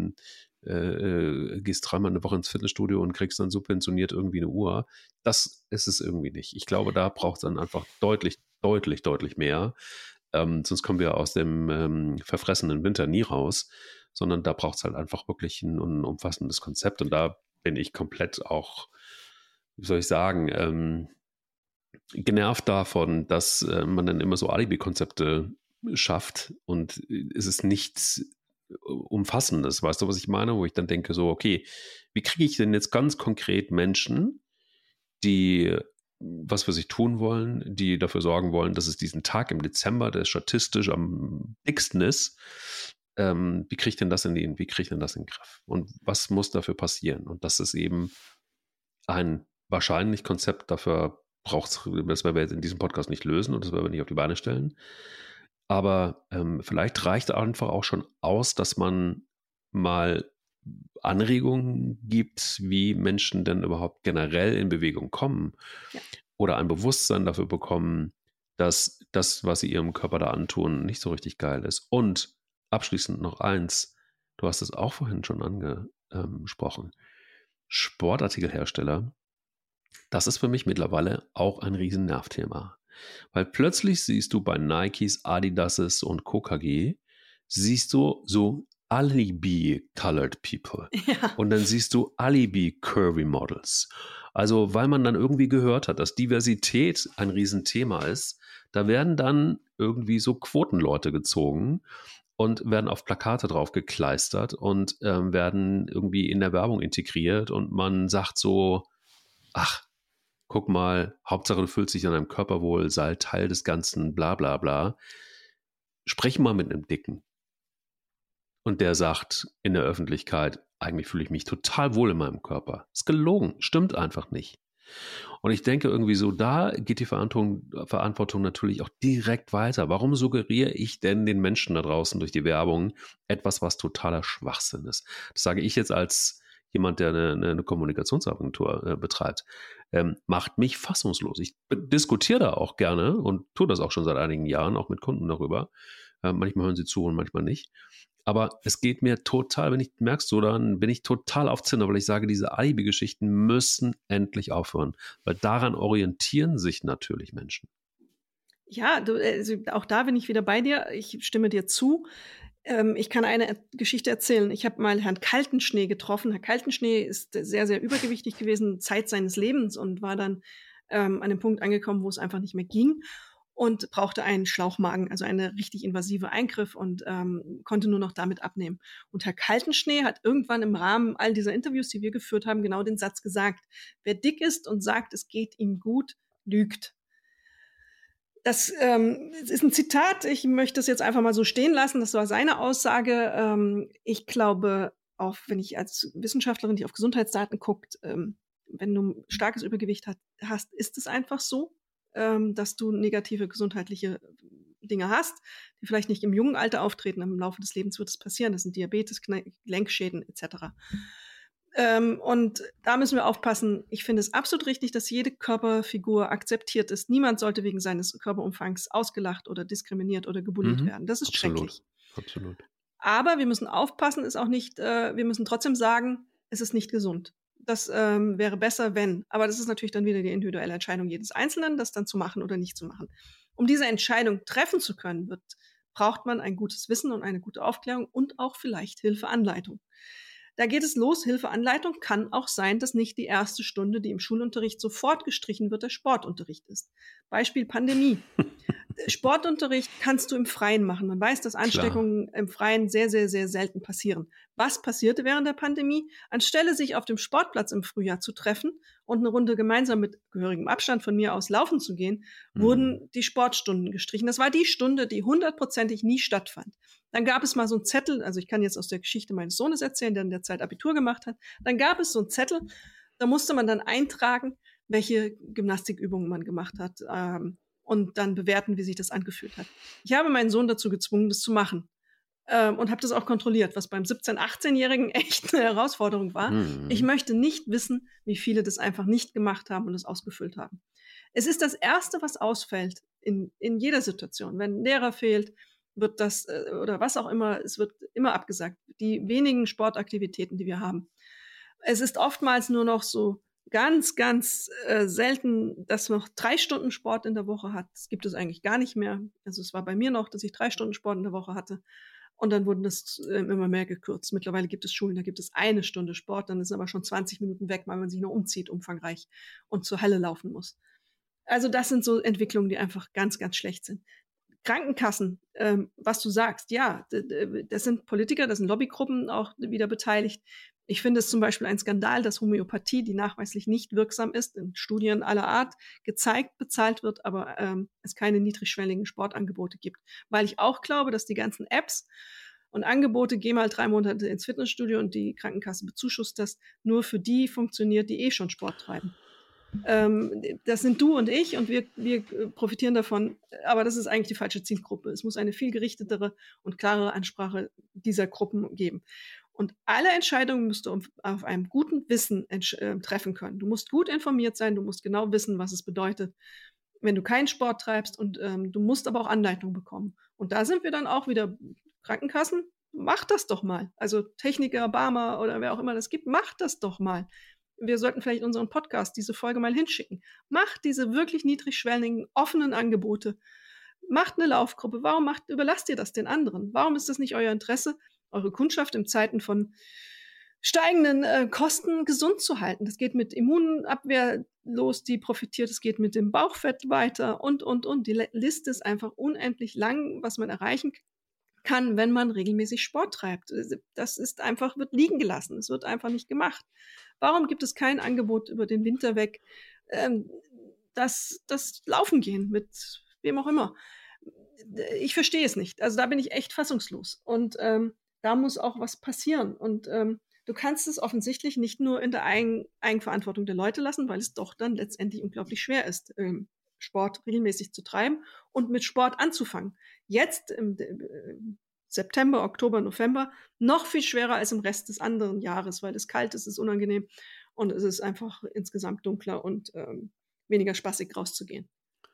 gehst dreimal eine Woche ins Fitnessstudio und kriegst dann subventioniert irgendwie eine Uhr. Das ist es irgendwie nicht. Ich glaube, da braucht es dann einfach deutlich, deutlich, deutlich mehr. Sonst kommen wir aus dem verfressenen Winter nie raus, sondern da braucht es halt einfach wirklich ein umfassendes Konzept. Und da bin ich komplett auch, wie soll ich sagen, genervt davon, dass man dann immer so Alibi-Konzepte schafft und es ist nichts Umfassendes. Weißt du, was ich meine? Wo ich dann denke, so, okay, wie kriege ich denn jetzt ganz konkret Menschen, die was für sich tun wollen, die dafür sorgen wollen, dass es diesen Tag im Dezember, der statistisch am dicksten ist, wie kriege ich denn das in den Griff? Und was muss dafür passieren? Und das ist eben ein wahrscheinlich Konzept, dafür braucht es, das werden wir jetzt in diesem Podcast nicht lösen und das werden wir nicht auf die Beine stellen. Aber vielleicht reicht einfach auch schon aus, dass man mal Anregungen gibt, wie Menschen denn überhaupt generell in Bewegung kommen oder ein Bewusstsein dafür bekommen, dass das, was sie ihrem Körper da antun, nicht so richtig geil ist. Und abschließend noch eins, du hast es auch vorhin schon angesprochen, Sportartikelhersteller, das ist für mich mittlerweile auch ein riesen Nervthema. Weil plötzlich siehst du bei Nikes, Adidases und KKG, siehst du so Alibi-Colored People. Ja. Und dann siehst du Alibi-Curvy-Models. Also weil man dann irgendwie gehört hat, dass Diversität ein Riesenthema ist, da werden dann irgendwie so Quotenleute gezogen und werden auf Plakate drauf gekleistert und werden irgendwie in der Werbung integriert und man sagt so, ach, guck mal, Hauptsache du fühlst dich an deinem Körper wohl, sei Teil des Ganzen, bla bla bla. Sprech mal mit einem Dicken. Und der sagt in der Öffentlichkeit, eigentlich fühle ich mich total wohl in meinem Körper. Ist gelogen, stimmt einfach nicht. Und ich denke irgendwie so, da geht die Verantwortung natürlich auch direkt weiter. Warum suggeriere ich denn den Menschen da draußen durch die Werbung etwas, was totaler Schwachsinn ist? Das sage ich jetzt als jemand, der eine Kommunikationsagentur betreibt. Macht mich fassungslos. Ich diskutiere da auch gerne und tue das auch schon seit einigen Jahren, auch mit Kunden darüber. Manchmal hören sie zu und manchmal nicht. Aber es geht mir total, merkst du, dann bin ich total auf Zinner, weil ich sage, diese Alibi-Geschichten müssen endlich aufhören, weil daran orientieren sich natürlich Menschen. Ja, also auch da bin ich wieder bei dir. Ich stimme dir zu. Ich kann eine Geschichte erzählen. Ich habe mal Herrn Kaltenschnee getroffen. Herr Kaltenschnee ist sehr, sehr übergewichtig gewesen, Zeit seines Lebens und war dann an dem Punkt angekommen, wo es einfach nicht mehr ging und brauchte einen Schlauchmagen, also einen richtig invasive Eingriff und konnte nur noch damit abnehmen. Und Herr Kaltenschnee hat irgendwann im Rahmen all dieser Interviews, die wir geführt haben, genau den Satz gesagt: Wer dick ist und sagt, es geht ihm gut, lügt. Das ist ein Zitat, ich möchte es jetzt einfach mal so stehen lassen, das war seine Aussage. Ich glaube, auch wenn ich als Wissenschaftlerin, die auf Gesundheitsdaten guckt, wenn du starkes Übergewicht hast, ist es einfach so, dass du negative gesundheitliche Dinge hast, die vielleicht nicht im jungen Alter auftreten, im Laufe des Lebens wird es passieren, das sind Diabetes, Gelenkschäden etc. Und da müssen wir aufpassen. Ich finde es absolut richtig, dass jede Körperfigur akzeptiert ist. Niemand sollte wegen seines Körperumfangs ausgelacht oder diskriminiert oder gebullied werden. Das ist schrecklich. Absolut. Aber wir müssen aufpassen, ist auch nicht, wir müssen trotzdem sagen, es ist nicht gesund. Das wäre besser, wenn. Aber das ist natürlich dann wieder die individuelle Entscheidung jedes Einzelnen, das dann zu machen oder nicht zu machen. Um diese Entscheidung treffen zu können, braucht man ein gutes Wissen und eine gute Aufklärung und auch vielleicht Hilfeanleitung. Da geht es los. Hilfeanleitung kann auch sein, dass nicht die erste Stunde, die im Schulunterricht sofort gestrichen wird, der Sportunterricht ist. Beispiel Pandemie. Sportunterricht kannst du im Freien machen. Man weiß, dass Ansteckungen im Freien sehr, sehr, sehr selten passieren. Was passierte während der Pandemie? Anstelle sich auf dem Sportplatz im Frühjahr zu treffen und eine Runde gemeinsam mit gehörigem Abstand von mir aus laufen zu gehen, wurden die Sportstunden gestrichen. Das war die Stunde, die 100%ig nie stattfand. Dann gab es mal so einen Zettel, also ich kann jetzt aus der Geschichte meines Sohnes erzählen, der in der Zeit Abitur gemacht hat. Dann gab es so einen Zettel, da musste man dann eintragen, welche Gymnastikübungen man gemacht hat und dann bewerten, wie sich das angefühlt hat. Ich habe meinen Sohn dazu gezwungen, das zu machen. Und habe das auch kontrolliert, was beim 17-, 18-Jährigen echt eine Herausforderung war. Ich möchte nicht wissen, wie viele das einfach nicht gemacht haben und es ausgefüllt haben. Es ist das Erste, was ausfällt in jeder Situation. Wenn ein Lehrer fehlt, wird das oder was auch immer, es wird immer abgesagt. Die wenigen Sportaktivitäten, die wir haben. Es ist oftmals nur noch so ganz, ganz selten, dass man noch 3 Stunden Sport in der Woche hat. Das gibt es eigentlich gar nicht mehr. Also es war bei mir noch, dass ich 3 Stunden Sport in der Woche hatte. Und dann wurden das immer mehr gekürzt. Mittlerweile gibt es Schulen, da gibt es 1 Stunde Sport, dann ist aber schon 20 Minuten weg, weil man sich nur umzieht, umfangreich und zur Halle laufen muss. Also das sind so Entwicklungen, die einfach ganz, ganz schlecht sind. Krankenkassen, was du sagst, ja, das sind Politiker, das sind Lobbygruppen auch wieder beteiligt. Ich finde es zum Beispiel ein Skandal, dass Homöopathie, die nachweislich nicht wirksam ist, in Studien aller Art gezeigt, bezahlt wird, aber es keine niedrigschwelligen Sportangebote gibt. Weil ich auch glaube, dass die ganzen Apps und Angebote, geh mal 3 Monate ins Fitnessstudio und die Krankenkasse bezuschusst das, nur für die funktioniert, die schon Sport treiben. Das sind du und ich und wir profitieren davon, aber das ist eigentlich die falsche Zielgruppe. Es muss eine viel gerichtetere und klarere Ansprache dieser Gruppen geben. Und alle Entscheidungen musst du auf einem guten Wissen treffen können. Du musst gut informiert sein, du musst genau wissen, was es bedeutet, wenn du keinen Sport treibst und du musst aber auch Anleitung bekommen. Und da sind wir dann auch wieder Krankenkassen, macht das doch mal. Also Techniker, Barmer oder wer auch immer das gibt, macht das doch mal. Wir sollten vielleicht unseren Podcast, diese Folge mal hinschicken. Macht diese wirklich niedrigschwelligen, offenen Angebote. Macht eine Laufgruppe. Warum überlasst ihr das den anderen? Warum ist das nicht euer Interesse, eure Kundschaft in Zeiten von steigenden Kosten gesund zu halten? Das geht mit Immunabwehr los, die profitiert. Es geht mit dem Bauchfett weiter und. Die Liste ist einfach unendlich lang, was man erreichen kann, wenn man regelmäßig Sport treibt. Das ist einfach, wird liegen gelassen. Es wird einfach nicht gemacht. Warum gibt es kein Angebot über den Winter weg, das Laufen gehen mit wem auch immer? Ich verstehe es nicht. Also da bin ich echt fassungslos. Und da muss auch was passieren. Und du kannst es offensichtlich nicht nur in der Eigenverantwortung der Leute lassen, weil es doch dann letztendlich unglaublich schwer ist, Sport regelmäßig zu treiben und mit Sport anzufangen. Jetzt im September, Oktober, November noch viel schwerer als im Rest des anderen Jahres, weil es kalt ist, es ist unangenehm und es ist einfach insgesamt dunkler und weniger spaßig rauszugehen.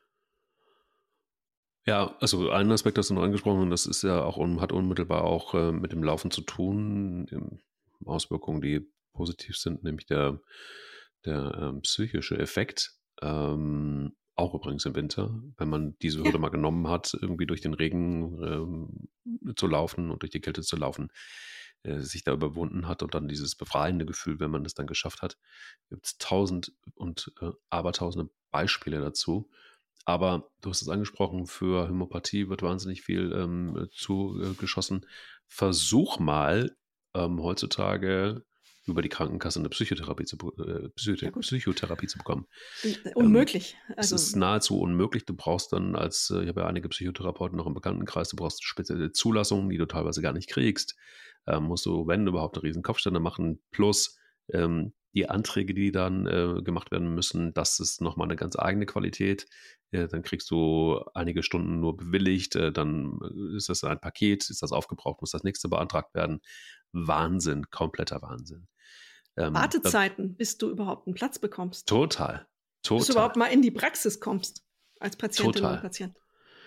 Ja, also einen Aspekt hast du noch angesprochen, und das ist ja auch hat unmittelbar auch mit dem Laufen zu tun, Auswirkungen, die positiv sind, nämlich der psychische Effekt. Auch übrigens im Winter, wenn man diese Hürde mal genommen hat, irgendwie durch den Regen zu laufen und durch die Kälte zu laufen, sich da überwunden hat und dann dieses befreiende Gefühl, wenn man das dann geschafft hat, gibt es 1000 und abertausende Beispiele dazu. Aber du hast es angesprochen, für Homöopathie wird wahnsinnig viel zugeschossen. Versuch mal heutzutage über die Krankenkasse eine Psychotherapie zu bekommen. Unmöglich. Es ist nahezu unmöglich. Du brauchst dann ich habe ja einige Psychotherapeuten noch im Bekanntenkreis, du brauchst spezielle Zulassungen, die du teilweise gar nicht kriegst. Musst du, wenn überhaupt, eine riesen Kopfstände machen, plus die Anträge, die dann gemacht werden müssen, das ist nochmal eine ganz eigene Qualität. Dann kriegst du einige Stunden nur bewilligt, dann ist das ein Paket, ist das aufgebraucht, muss das nächste beantragt werden. Wahnsinn, kompletter Wahnsinn. Wartezeiten, bis du überhaupt einen Platz bekommst. Total. Bis du überhaupt mal in die Praxis kommst, als Patientin oder Patient.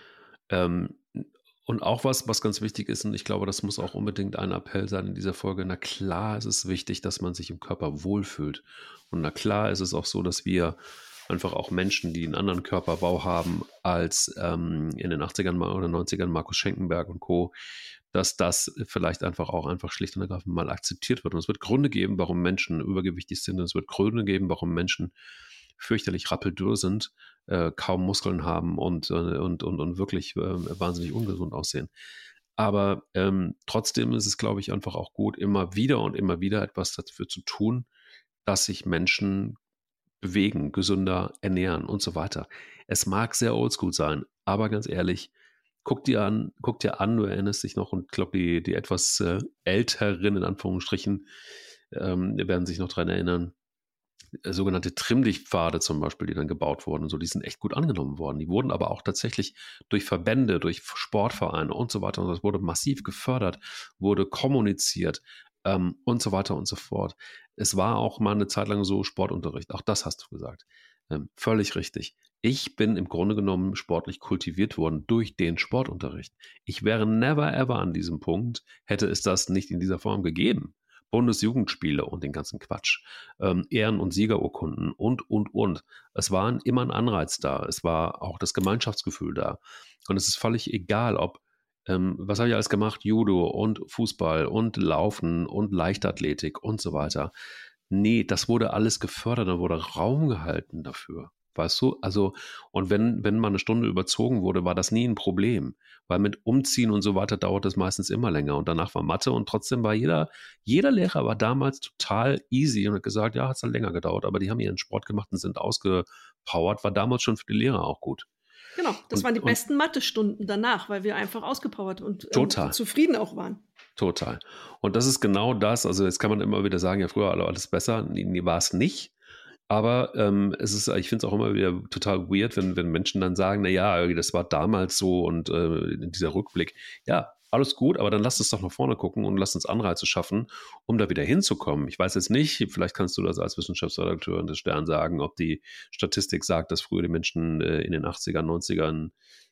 Und auch was ganz wichtig ist, und ich glaube, das muss auch unbedingt ein Appell sein in dieser Folge, na klar ist es wichtig, dass man sich im Körper wohlfühlt. Und na klar ist es auch so, dass wir einfach auch Menschen, die einen anderen Körperbau haben als in den 80ern oder 90ern Markus Schenkenberg und Co., dass das vielleicht einfach schlicht und ergreifend mal akzeptiert wird. Und es wird Gründe geben, warum Menschen übergewichtig sind. Und es wird Gründe geben, warum Menschen fürchterlich rappeldürr sind, kaum Muskeln haben und wirklich wahnsinnig ungesund aussehen. Aber trotzdem ist es, glaube ich, einfach auch gut, immer wieder etwas dafür zu tun, dass sich Menschen bewegen, gesünder ernähren und so weiter. Es mag sehr oldschool sein, aber ganz ehrlich, guck dir an, du erinnerst dich noch, und ich glaube, die etwas älteren, in Anführungsstrichen, werden sich noch daran erinnern, sogenannte Trimmlichtpfade zum Beispiel, die dann gebaut wurden und so, die sind echt gut angenommen worden. Die wurden aber auch tatsächlich durch Verbände, durch Sportvereine und so weiter, und das wurde massiv gefördert, wurde kommuniziert und so weiter und so fort. Es war auch mal eine Zeit lang so Sportunterricht, auch das hast du gesagt. Völlig richtig. Ich bin im Grunde genommen sportlich kultiviert worden durch den Sportunterricht. Ich wäre never ever an diesem Punkt, hätte es das nicht in dieser Form gegeben. Bundesjugendspiele und den ganzen Quatsch, Ehren- und Siegerurkunden und. Es war immer ein Anreiz da. Es war auch das Gemeinschaftsgefühl da. Und es ist völlig egal, ob, was habe ich alles gemacht? Judo und Fußball und Laufen und Leichtathletik und so weiter. Nee, das wurde alles gefördert, da wurde Raum gehalten dafür. Weißt du? Also, und wenn mal eine Stunde überzogen wurde, war das nie ein Problem. Weil mit Umziehen und so weiter dauert es meistens immer länger. Und danach war Mathe, und trotzdem war jeder Lehrer war damals total easy und hat gesagt, ja, hat es halt länger gedauert, aber die haben ihren Sport gemacht und sind ausgepowert, war damals schon für die Lehrer auch gut. Genau, das waren die besten Mathe-Stunden danach, weil wir einfach ausgepowert und Total. zufrieden auch waren. Total. Und das ist genau das, also jetzt kann man immer wieder sagen, ja, früher war alles besser. Nee, war es nicht. Aber ich finde es auch immer wieder total weird, wenn Menschen dann sagen, naja, das war damals so, und dieser Rückblick. Ja, alles gut, aber dann lass uns doch nach vorne gucken und lass uns Anreize schaffen, um da wieder hinzukommen. Ich weiß jetzt nicht, vielleicht kannst du das als Wissenschaftsredakteur des Stern sagen, ob die Statistik sagt, dass früher die Menschen in den 80ern, 90ern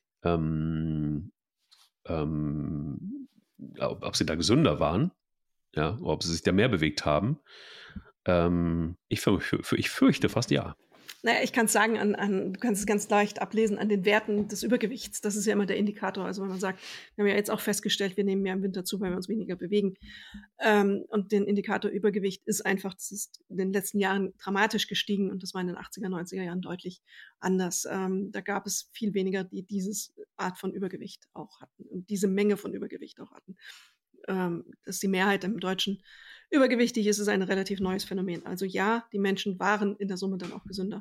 ob sie da gesünder waren, ja, ob sie sich da mehr bewegt haben. Ich fürchte fast ja. Naja, ich kann es sagen, du kannst es ganz leicht ablesen an den Werten des Übergewichts. Das ist ja immer der Indikator. Also wenn man sagt, wir haben ja jetzt auch festgestellt, wir nehmen mehr im Winter zu, weil wir uns weniger bewegen. Und den Indikator Übergewicht ist einfach, das ist in den letzten Jahren dramatisch gestiegen, und das war in den 80er, 90er Jahren deutlich anders. Da gab es viel weniger, die diese Art von Übergewicht auch hatten und diese Menge von Übergewicht auch hatten. Dass die Mehrheit im Deutschen übergewichtig ist, ist ein relativ neues Phänomen. Also ja, die Menschen waren in der Summe dann auch gesünder.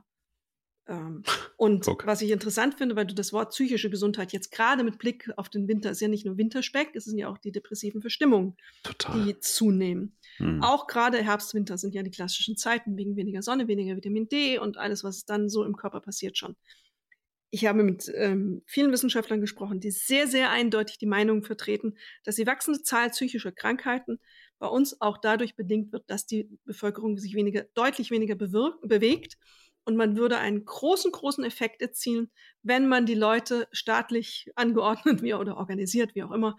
Und okay. Was ich interessant finde, weil du das Wort psychische Gesundheit jetzt gerade mit Blick auf den Winter, ist ja nicht nur Winterspeck, es sind ja auch die depressiven Verstimmungen, die zunehmen. Auch gerade Herbst, Winter sind ja die klassischen Zeiten, wegen weniger Sonne, weniger Vitamin D und alles, was dann so im Körper passiert schon. Ich habe mit vielen Wissenschaftlern gesprochen, die sehr, sehr eindeutig die Meinung vertreten, dass die wachsende Zahl psychischer Krankheiten bei uns auch dadurch bedingt wird, dass die Bevölkerung sich deutlich weniger bewegt. Und man würde einen großen Effekt erzielen, wenn man die Leute staatlich angeordnet oder organisiert, wie auch immer,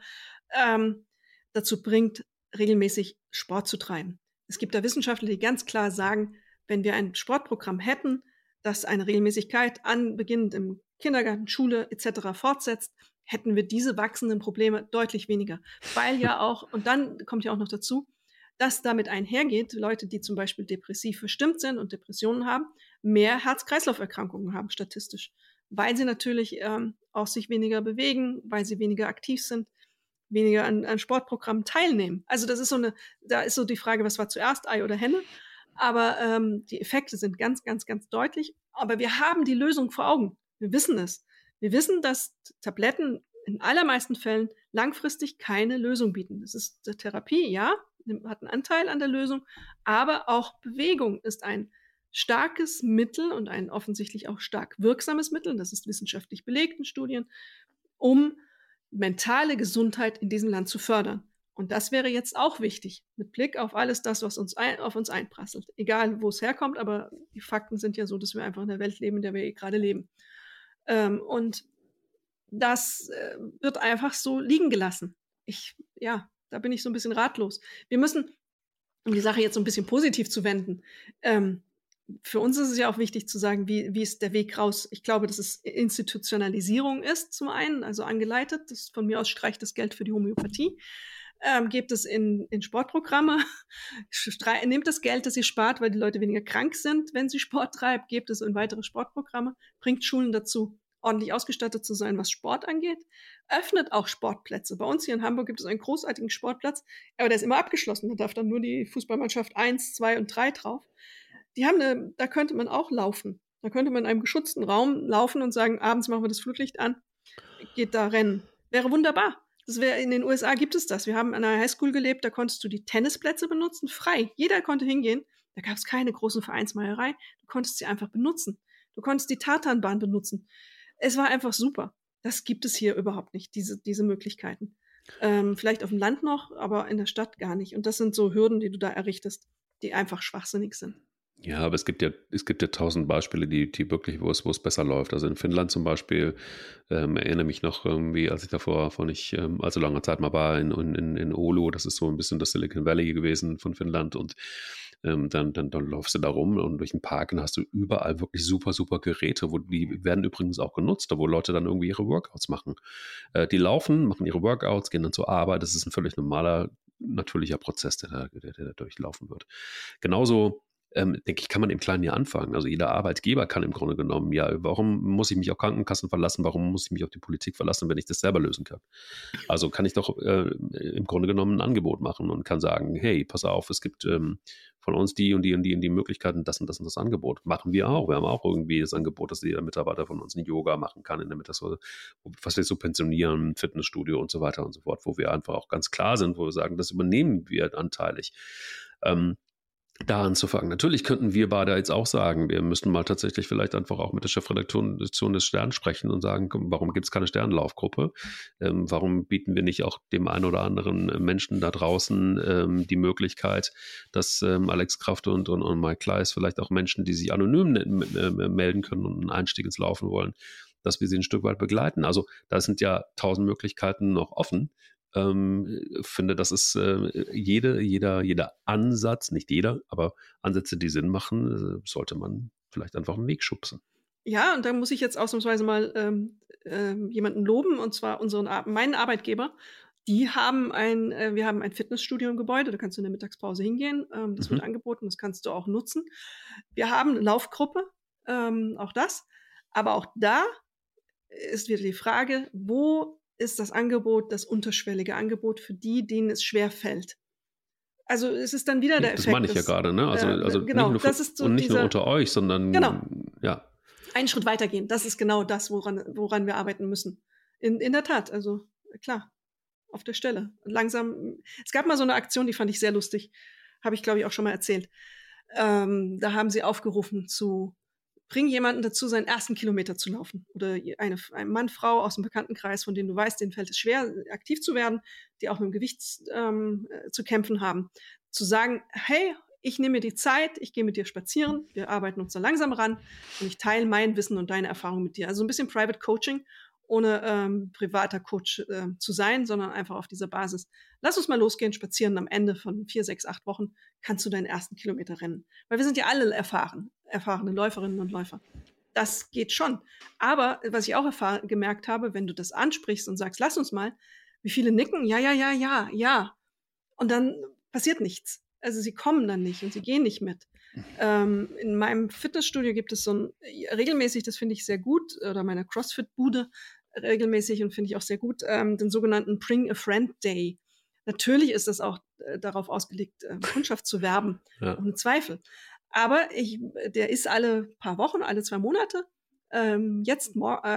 dazu bringt, regelmäßig Sport zu treiben. Es gibt da Wissenschaftler, die ganz klar sagen, wenn wir ein Sportprogramm hätten, das eine Regelmäßigkeit beginnend im Kindergarten, Schule etc. fortsetzt, hätten wir diese wachsenden Probleme deutlich weniger. Weil ja auch, und dann kommt ja auch noch dazu, dass damit einhergeht, Leute, die zum Beispiel depressiv verstimmt sind und Depressionen haben, mehr Herz-Kreislauf-Erkrankungen haben statistisch, weil sie natürlich auch sich weniger bewegen, weil sie weniger aktiv sind, weniger an Sportprogrammen teilnehmen. Also das ist da ist so die Frage, was war zuerst, Ei oder Henne? Aber die Effekte sind ganz deutlich. Aber wir haben die Lösung vor Augen. Wir wissen es. Wir wissen, dass Tabletten in allermeisten Fällen langfristig keine Lösung bieten. Das ist Therapie, ja, hat einen Anteil an der Lösung, aber auch Bewegung ist ein starkes Mittel und ein offensichtlich auch stark wirksames Mittel, das ist wissenschaftlich belegt in Studien, um mentale Gesundheit in diesem Land zu fördern. Und das wäre jetzt auch wichtig, mit Blick auf alles das, was auf uns einprasselt. Egal, wo es herkommt, aber die Fakten sind ja so, dass wir einfach in der Welt leben, in der wir gerade leben. Und das wird einfach so liegen gelassen. Da bin ich so ein bisschen ratlos. Wir müssen, um die Sache jetzt so ein bisschen positiv zu wenden, für uns ist es ja auch wichtig zu sagen, wie ist der Weg raus. Ich glaube, dass es Institutionalisierung ist, zum einen, also angeleitet. Das von mir aus streicht das Geld für die Homöopathie. Gebt es in Sportprogramme, nehmt das Geld, das ihr spart, weil die Leute weniger krank sind, wenn sie Sport treibt, gebt es in weitere Sportprogramme, bringt Schulen dazu, ordentlich ausgestattet zu sein, was Sport angeht, öffnet auch Sportplätze. Bei uns hier in Hamburg gibt es einen großartigen Sportplatz, aber der ist immer abgeschlossen. Da darf dann nur die Fußballmannschaft 1, 2 und 3 drauf. Da könnte man auch laufen. Da könnte man in einem geschützten Raum laufen und sagen, abends machen wir das Flutlicht an, geht da rennen. Wäre wunderbar. In den USA gibt es das. Wir haben an einer Highschool gelebt, da konntest du die Tennisplätze benutzen, frei. Jeder konnte hingehen. Da gab es keine großen Vereinsmeierei. Du konntest sie einfach benutzen. Du konntest die Tatanbahn benutzen. Es war einfach super. Das gibt es hier überhaupt nicht, diese Möglichkeiten. Vielleicht auf dem Land noch, aber in der Stadt gar nicht. Und das sind so Hürden, die du da errichtest, die einfach schwachsinnig sind. Ja, aber es gibt ja 1000 Beispiele, die wirklich, wo es besser läuft. Also in Finnland zum Beispiel, erinnere mich noch irgendwie, als ich davor vor nicht allzu langer Zeit mal war in Oulu, das ist so ein bisschen das Silicon Valley gewesen von Finnland, und dann läufst du da rum und durch den Park und hast du überall wirklich super, super Geräte, die werden übrigens auch genutzt, wo Leute dann irgendwie ihre Workouts machen. Die laufen, machen ihre Workouts, gehen dann zur Arbeit. Das ist ein völlig normaler, natürlicher Prozess, der durchlaufen wird. Genauso denke ich, kann man im Kleinen ja anfangen. Also jeder Arbeitgeber kann im Grunde genommen, ja, warum muss ich mich auf Krankenkassen verlassen, warum muss ich mich auf die Politik verlassen, wenn ich das selber lösen kann? Also kann ich doch im Grunde genommen ein Angebot machen und kann sagen, hey, pass auf, es gibt von uns die und die Möglichkeiten, das und das und das Angebot. Machen wir auch. Wir haben auch irgendwie das Angebot, dass jeder Mitarbeiter von uns ein Yoga machen kann in der Mittagspause, was wir subventionieren, Fitnessstudio und so weiter und so fort, wo wir einfach auch ganz klar sind, wo wir sagen, das übernehmen wir anteilig. Da anzufangen. Natürlich könnten wir beide jetzt auch sagen, wir müssen mal tatsächlich vielleicht einfach auch mit der Chefredaktion des Stern sprechen und sagen, warum gibt es keine Sternlaufgruppe? Warum bieten wir nicht auch dem einen oder anderen Menschen da draußen die Möglichkeit, dass Alex Kraft und Mike Kleiss, vielleicht auch Menschen, die sich anonym melden können und einen Einstieg ins Laufen wollen, dass wir sie ein Stück weit begleiten. Also da sind ja 1000 Möglichkeiten noch offen. Finde, das ist jeder Ansatz, nicht jeder, aber Ansätze, die Sinn machen, sollte man vielleicht einfach im Weg schubsen. Ja, und da muss ich jetzt ausnahmsweise mal jemanden loben, und zwar meinen Arbeitgeber. Wir haben ein Fitnessstudio im Gebäude, da kannst du in der Mittagspause hingehen. Das wird angeboten, das kannst du auch nutzen. Wir haben eine Laufgruppe, auch das. Aber auch da ist wieder die Frage, wo ist das Angebot, das unterschwellige Angebot für die, denen es schwer fällt. Also es ist dann wieder der Effekt. Das meine ich ja gerade, ne? Also genau, nicht nur unter euch, sondern genau. Ja. Einen Schritt weitergehen. Das ist genau das, woran wir arbeiten müssen. In der Tat, also klar, auf der Stelle. Langsam. Es gab mal so eine Aktion, die fand ich sehr lustig. Habe ich, glaube ich, auch schon mal erzählt. Da haben sie aufgerufen bring jemanden dazu, seinen ersten Kilometer zu laufen. Oder eine Mann, Frau aus dem Bekanntenkreis, von denen du weißt, denen fällt es schwer, aktiv zu werden, die auch mit dem Gewicht zu kämpfen haben. Zu sagen, hey, ich nehme mir die Zeit, ich gehe mit dir spazieren, wir arbeiten uns da langsam ran und ich teile mein Wissen und deine Erfahrung mit dir. Also ein bisschen Private Coaching, ohne privater Coach zu sein, sondern einfach auf dieser Basis. Lass uns mal losgehen, spazieren. Am Ende von 4, 6, 8 Wochen kannst du deinen ersten Kilometer rennen. Weil wir sind ja alle erfahrene Läuferinnen und Läufer. Das geht schon. Aber was ich auch gemerkt habe, wenn du das ansprichst und sagst, lass uns mal, wie viele nicken? Ja. Und dann passiert nichts. Also sie kommen dann nicht und sie gehen nicht mit. In meinem Fitnessstudio gibt es regelmäßig, das finde ich sehr gut, oder meiner CrossFit-Bude regelmäßig und finde ich auch sehr gut, den sogenannten Bring a Friend Day. Natürlich ist das auch darauf ausgelegt, Kundschaft zu werben, ohne Zweifel. Aber der ist alle paar Wochen, alle 2 Monate, jetzt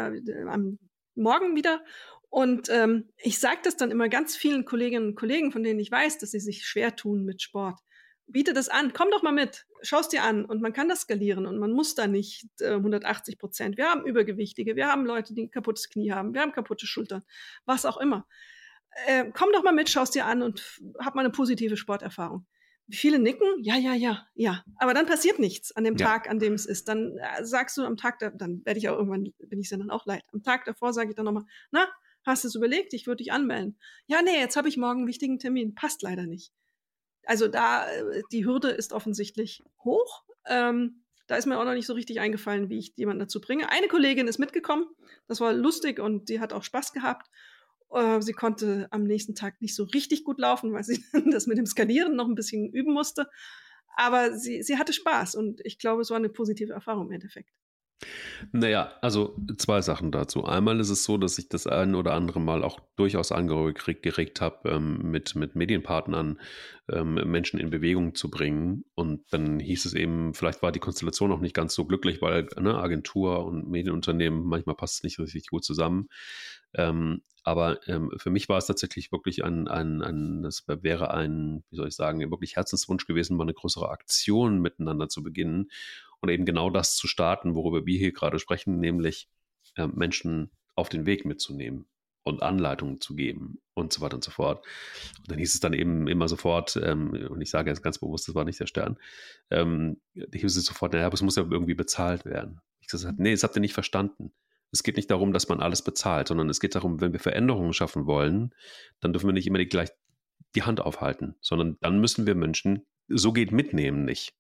am Morgen wieder. Und ich sage das dann immer ganz vielen Kolleginnen und Kollegen, von denen ich weiß, dass sie sich schwer tun mit Sport. Biete das an, komm doch mal mit, schau es dir an. Und man kann das skalieren und man muss da nicht 180%. Wir haben Übergewichtige, wir haben Leute, die ein kaputtes Knie haben, wir haben kaputte Schultern, was auch immer. Komm doch mal mit, schau es dir an und hab mal eine positive Sporterfahrung. Wie viele nicken? Ja. Aber dann passiert nichts an dem Tag, an dem es ist. Dann sagst du am Tag, dann werde ich auch irgendwann, bin ich dann auch leid. Am Tag davor sage ich dann nochmal, na, hast du es überlegt? Ich würde dich anmelden. Ja, nee, jetzt habe ich morgen einen wichtigen Termin. Passt leider nicht. Also die Hürde ist offensichtlich hoch. Da ist mir auch noch nicht so richtig eingefallen, wie ich jemanden dazu bringe. Eine Kollegin ist mitgekommen. Das war lustig und die hat auch Spaß gehabt. Sie konnte am nächsten Tag nicht so richtig gut laufen, weil sie das mit dem Skalieren noch ein bisschen üben musste. Aber sie hatte Spaß und ich glaube, es war eine positive Erfahrung im Endeffekt. Naja, also zwei Sachen dazu. Einmal ist es so, dass ich das ein oder andere Mal auch durchaus angeregt habe, mit Medienpartnern Menschen in Bewegung zu bringen. Und dann hieß es eben, vielleicht war die Konstellation auch nicht ganz so glücklich, weil Agentur und Medienunternehmen, manchmal passt es nicht richtig gut zusammen. Aber für mich war es tatsächlich wirklich das wäre ein, wie soll ich sagen, wirklich Herzenswunsch gewesen, mal eine größere Aktion miteinander zu beginnen und eben genau das zu starten, worüber wir hier gerade sprechen, nämlich Menschen auf den Weg mitzunehmen und Anleitungen zu geben und so weiter und so fort. Und dann hieß es dann eben immer sofort, und ich sage jetzt ganz bewusst, das war nicht der Stern, hieß es sofort, naja, aber es muss ja irgendwie bezahlt werden. Ich gesagt, nee, das habt ihr nicht verstanden. Es geht nicht darum, dass man alles bezahlt, sondern es geht darum, wenn wir Veränderungen schaffen wollen, dann dürfen wir nicht immer gleich die Hand aufhalten, sondern dann müssen wir Menschen, so geht mitnehmen nicht.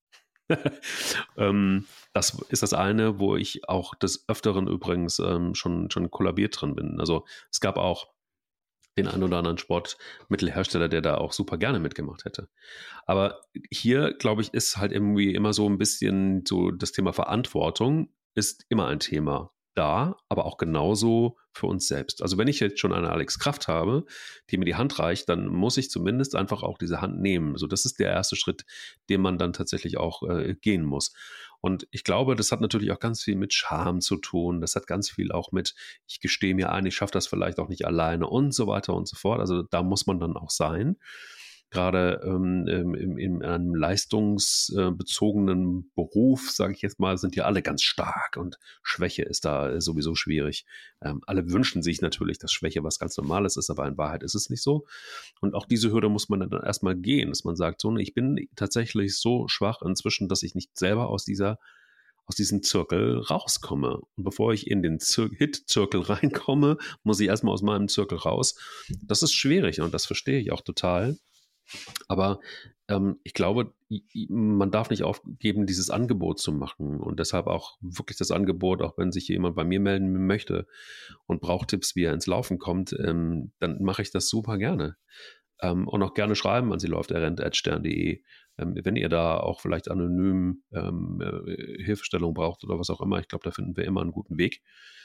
Das ist das eine, wo ich auch des Öfteren übrigens schon kollabiert drin bin. Also es gab auch den einen oder anderen Sportmittelhersteller, der da auch super gerne mitgemacht hätte. Aber hier, glaube ich, ist halt irgendwie immer so ein bisschen so das Thema Verantwortung ist immer ein Thema da, aber auch genauso für uns selbst. Also wenn ich jetzt schon eine Alex Kraft habe, die mir die Hand reicht, dann muss ich zumindest einfach auch diese Hand nehmen. So, das ist der erste Schritt, den man dann tatsächlich auch gehen muss. Und ich glaube, das hat natürlich auch ganz viel mit Scham zu tun. Das hat ganz viel auch mit, ich gestehe mir ein, ich schaffe das vielleicht auch nicht alleine und so weiter und so fort. Also da muss man dann auch sein. Gerade in einem leistungsbezogenen Beruf, sage ich jetzt mal, sind ja alle ganz stark und Schwäche ist da sowieso schwierig. Alle wünschen sich natürlich, dass Schwäche was ganz Normales ist, aber in Wahrheit ist es nicht so. Und auch diese Hürde muss man dann erstmal gehen, dass man sagt, so, ich bin tatsächlich so schwach inzwischen, dass ich nicht selber aus diesem Zirkel rauskomme. Und bevor ich in den Hit-Zirkel reinkomme, muss ich erstmal aus meinem Zirkel raus. Das ist schwierig und das verstehe ich auch total. Aber ich glaube, man darf nicht aufgeben, dieses Angebot zu machen und deshalb auch wirklich das Angebot, auch wenn sich jemand bei mir melden möchte und braucht Tipps, wie er ins Laufen kommt, dann mache ich das super gerne. Und auch gerne schreiben an sieläuft@stern.de, wenn ihr da auch vielleicht anonym Hilfestellung braucht oder was auch immer. Ich glaube, da finden wir immer einen guten Weg,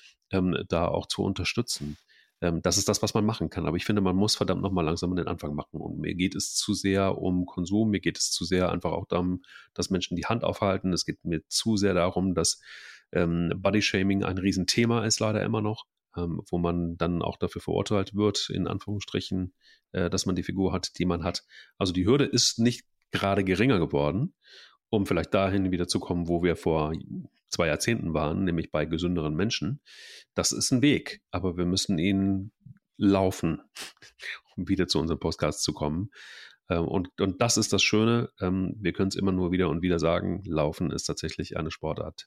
da auch zu unterstützen. Das ist das, was man machen kann. Aber ich finde, man muss verdammt nochmal langsam den Anfang machen. Und mir geht es zu sehr um Konsum, mir geht es zu sehr einfach auch darum, dass Menschen die Hand aufhalten. Es geht mir zu sehr darum, dass Bodyshaming ein Riesenthema ist, leider immer noch, wo man dann auch dafür verurteilt wird, in Anführungsstrichen, dass man die Figur hat, die man hat. Also die Hürde ist nicht gerade geringer geworden, um vielleicht dahin wieder zu kommen, wo wir vor 2 Jahrzehnten waren, nämlich bei gesünderen Menschen. Das ist ein Weg, aber wir müssen ihn laufen, um wieder zu unserem Podcast zu kommen. Und das ist das Schöne, wir können es immer nur wieder und wieder sagen, Laufen ist tatsächlich eine Sportart,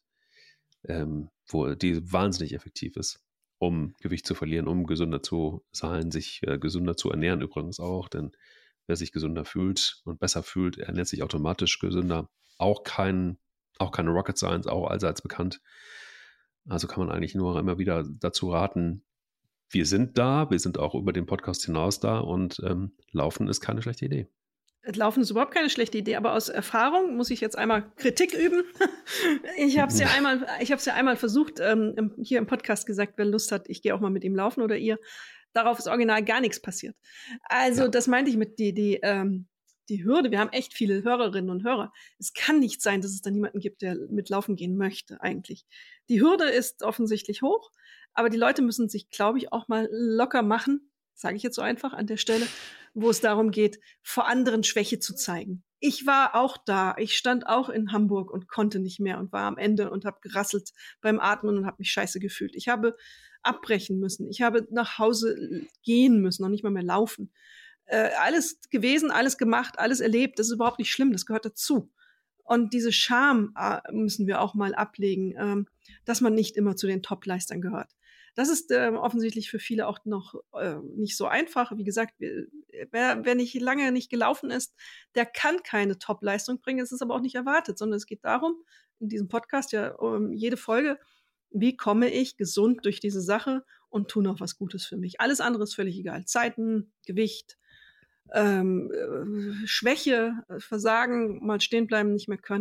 die wahnsinnig effektiv ist, um Gewicht zu verlieren, um gesünder zu sein, sich gesünder zu ernähren übrigens auch, denn wer sich gesünder fühlt und besser fühlt, ernährt sich automatisch gesünder. Auch keine Rocket Science, auch allseits bekannt. Also kann man eigentlich nur immer wieder dazu raten, wir sind da, wir sind auch über den Podcast hinaus da und Laufen ist keine schlechte Idee. Laufen ist überhaupt keine schlechte Idee, aber aus Erfahrung muss ich jetzt einmal Kritik üben. Ich habe es ja einmal versucht, hier im Podcast gesagt, wer Lust hat, ich gehe auch mal mit ihm laufen oder ihr. Darauf ist original gar nichts passiert. Also ja. Das meinte ich mit die Hürde. Wir haben echt viele Hörerinnen und Hörer. Es kann nicht sein, dass es da niemanden gibt, der mit laufen gehen möchte eigentlich. Die Hürde ist offensichtlich hoch, aber die Leute müssen sich, glaube ich, auch mal locker machen, sage ich jetzt so einfach an der Stelle, wo es darum geht, vor anderen Schwäche zu zeigen. Ich war auch da. Ich stand auch in Hamburg und konnte nicht mehr und war am Ende und habe gerasselt beim Atmen und habe mich scheiße gefühlt. Ich habe abbrechen müssen. Ich habe nach Hause gehen müssen, noch nicht mal mehr laufen. Alles gewesen, alles gemacht, alles erlebt. Das ist überhaupt nicht schlimm. Das gehört dazu. Und diese Scham müssen wir auch mal ablegen, dass man nicht immer zu den Top-Leistern gehört. Das ist offensichtlich für viele auch noch nicht so einfach. Wie gesagt, wer nicht lange nicht gelaufen ist, der kann keine Top-Leistung bringen. Es ist aber auch nicht erwartet, sondern es geht darum, in diesem Podcast ja jede Folge, wie komme ich gesund durch diese Sache und tue noch was Gutes für mich. Alles andere ist völlig egal. Zeiten, Gewicht, Schwäche, Versagen, mal stehen bleiben, nicht mehr können.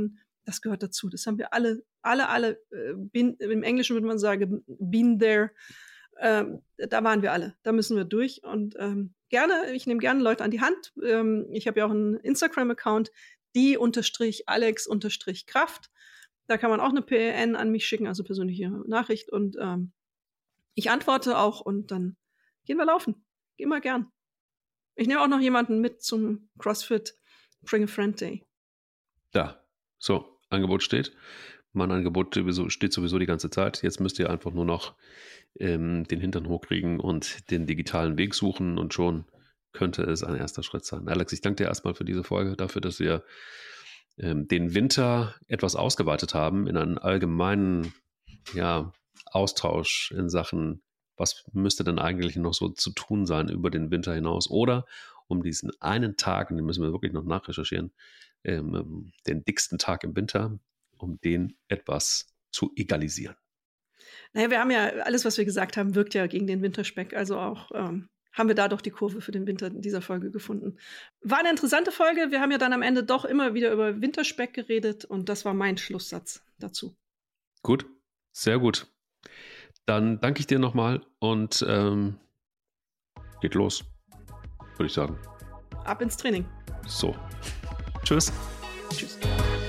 Das gehört dazu. Das haben wir alle, im Englischen würde man sagen, been there. Da waren wir alle. Da müssen wir durch. Und ich nehme gerne Leute an die Hand. Ich habe ja auch einen Instagram-Account, die_Alex_Kraft. Da kann man auch eine PN an mich schicken, also persönliche Nachricht. Und ich antworte auch und dann gehen wir laufen. Immer gern. Ich nehme auch noch jemanden mit zum CrossFit Bring a Friend Day. Ja, so, Angebot steht. Mein Angebot steht sowieso die ganze Zeit. Jetzt müsst ihr einfach nur noch den Hintern hochkriegen und den digitalen Weg suchen und schon könnte es ein erster Schritt sein. Alex, ich danke dir erstmal für diese Folge, dafür, dass wir den Winter etwas ausgeweitet haben in einen allgemeinen Austausch in Sachen, was müsste denn eigentlich noch so zu tun sein über den Winter hinaus oder um diesen einen Tag, den müssen wir wirklich noch nachrecherchieren, den dicksten Tag im Winter, um den etwas zu egalisieren. Naja, wir haben ja, alles, was wir gesagt haben, wirkt ja gegen den Winterspeck. Also auch haben wir da doch die Kurve für den Winter in dieser Folge gefunden. War eine interessante Folge. Wir haben ja dann am Ende doch immer wieder über Winterspeck geredet und das war mein Schlusssatz dazu. Gut, sehr gut. Dann danke ich dir nochmal und geht los, würde ich sagen. Ab ins Training. So. Tschüss. Tschüss.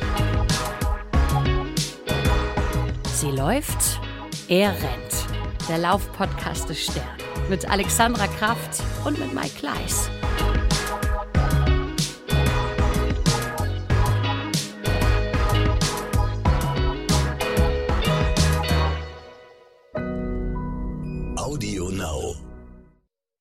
Sie läuft, er rennt. Der Lauf-Podcast des Stern. Mit Alexandra Kraft und mit Mike Kleiss. Audio Now.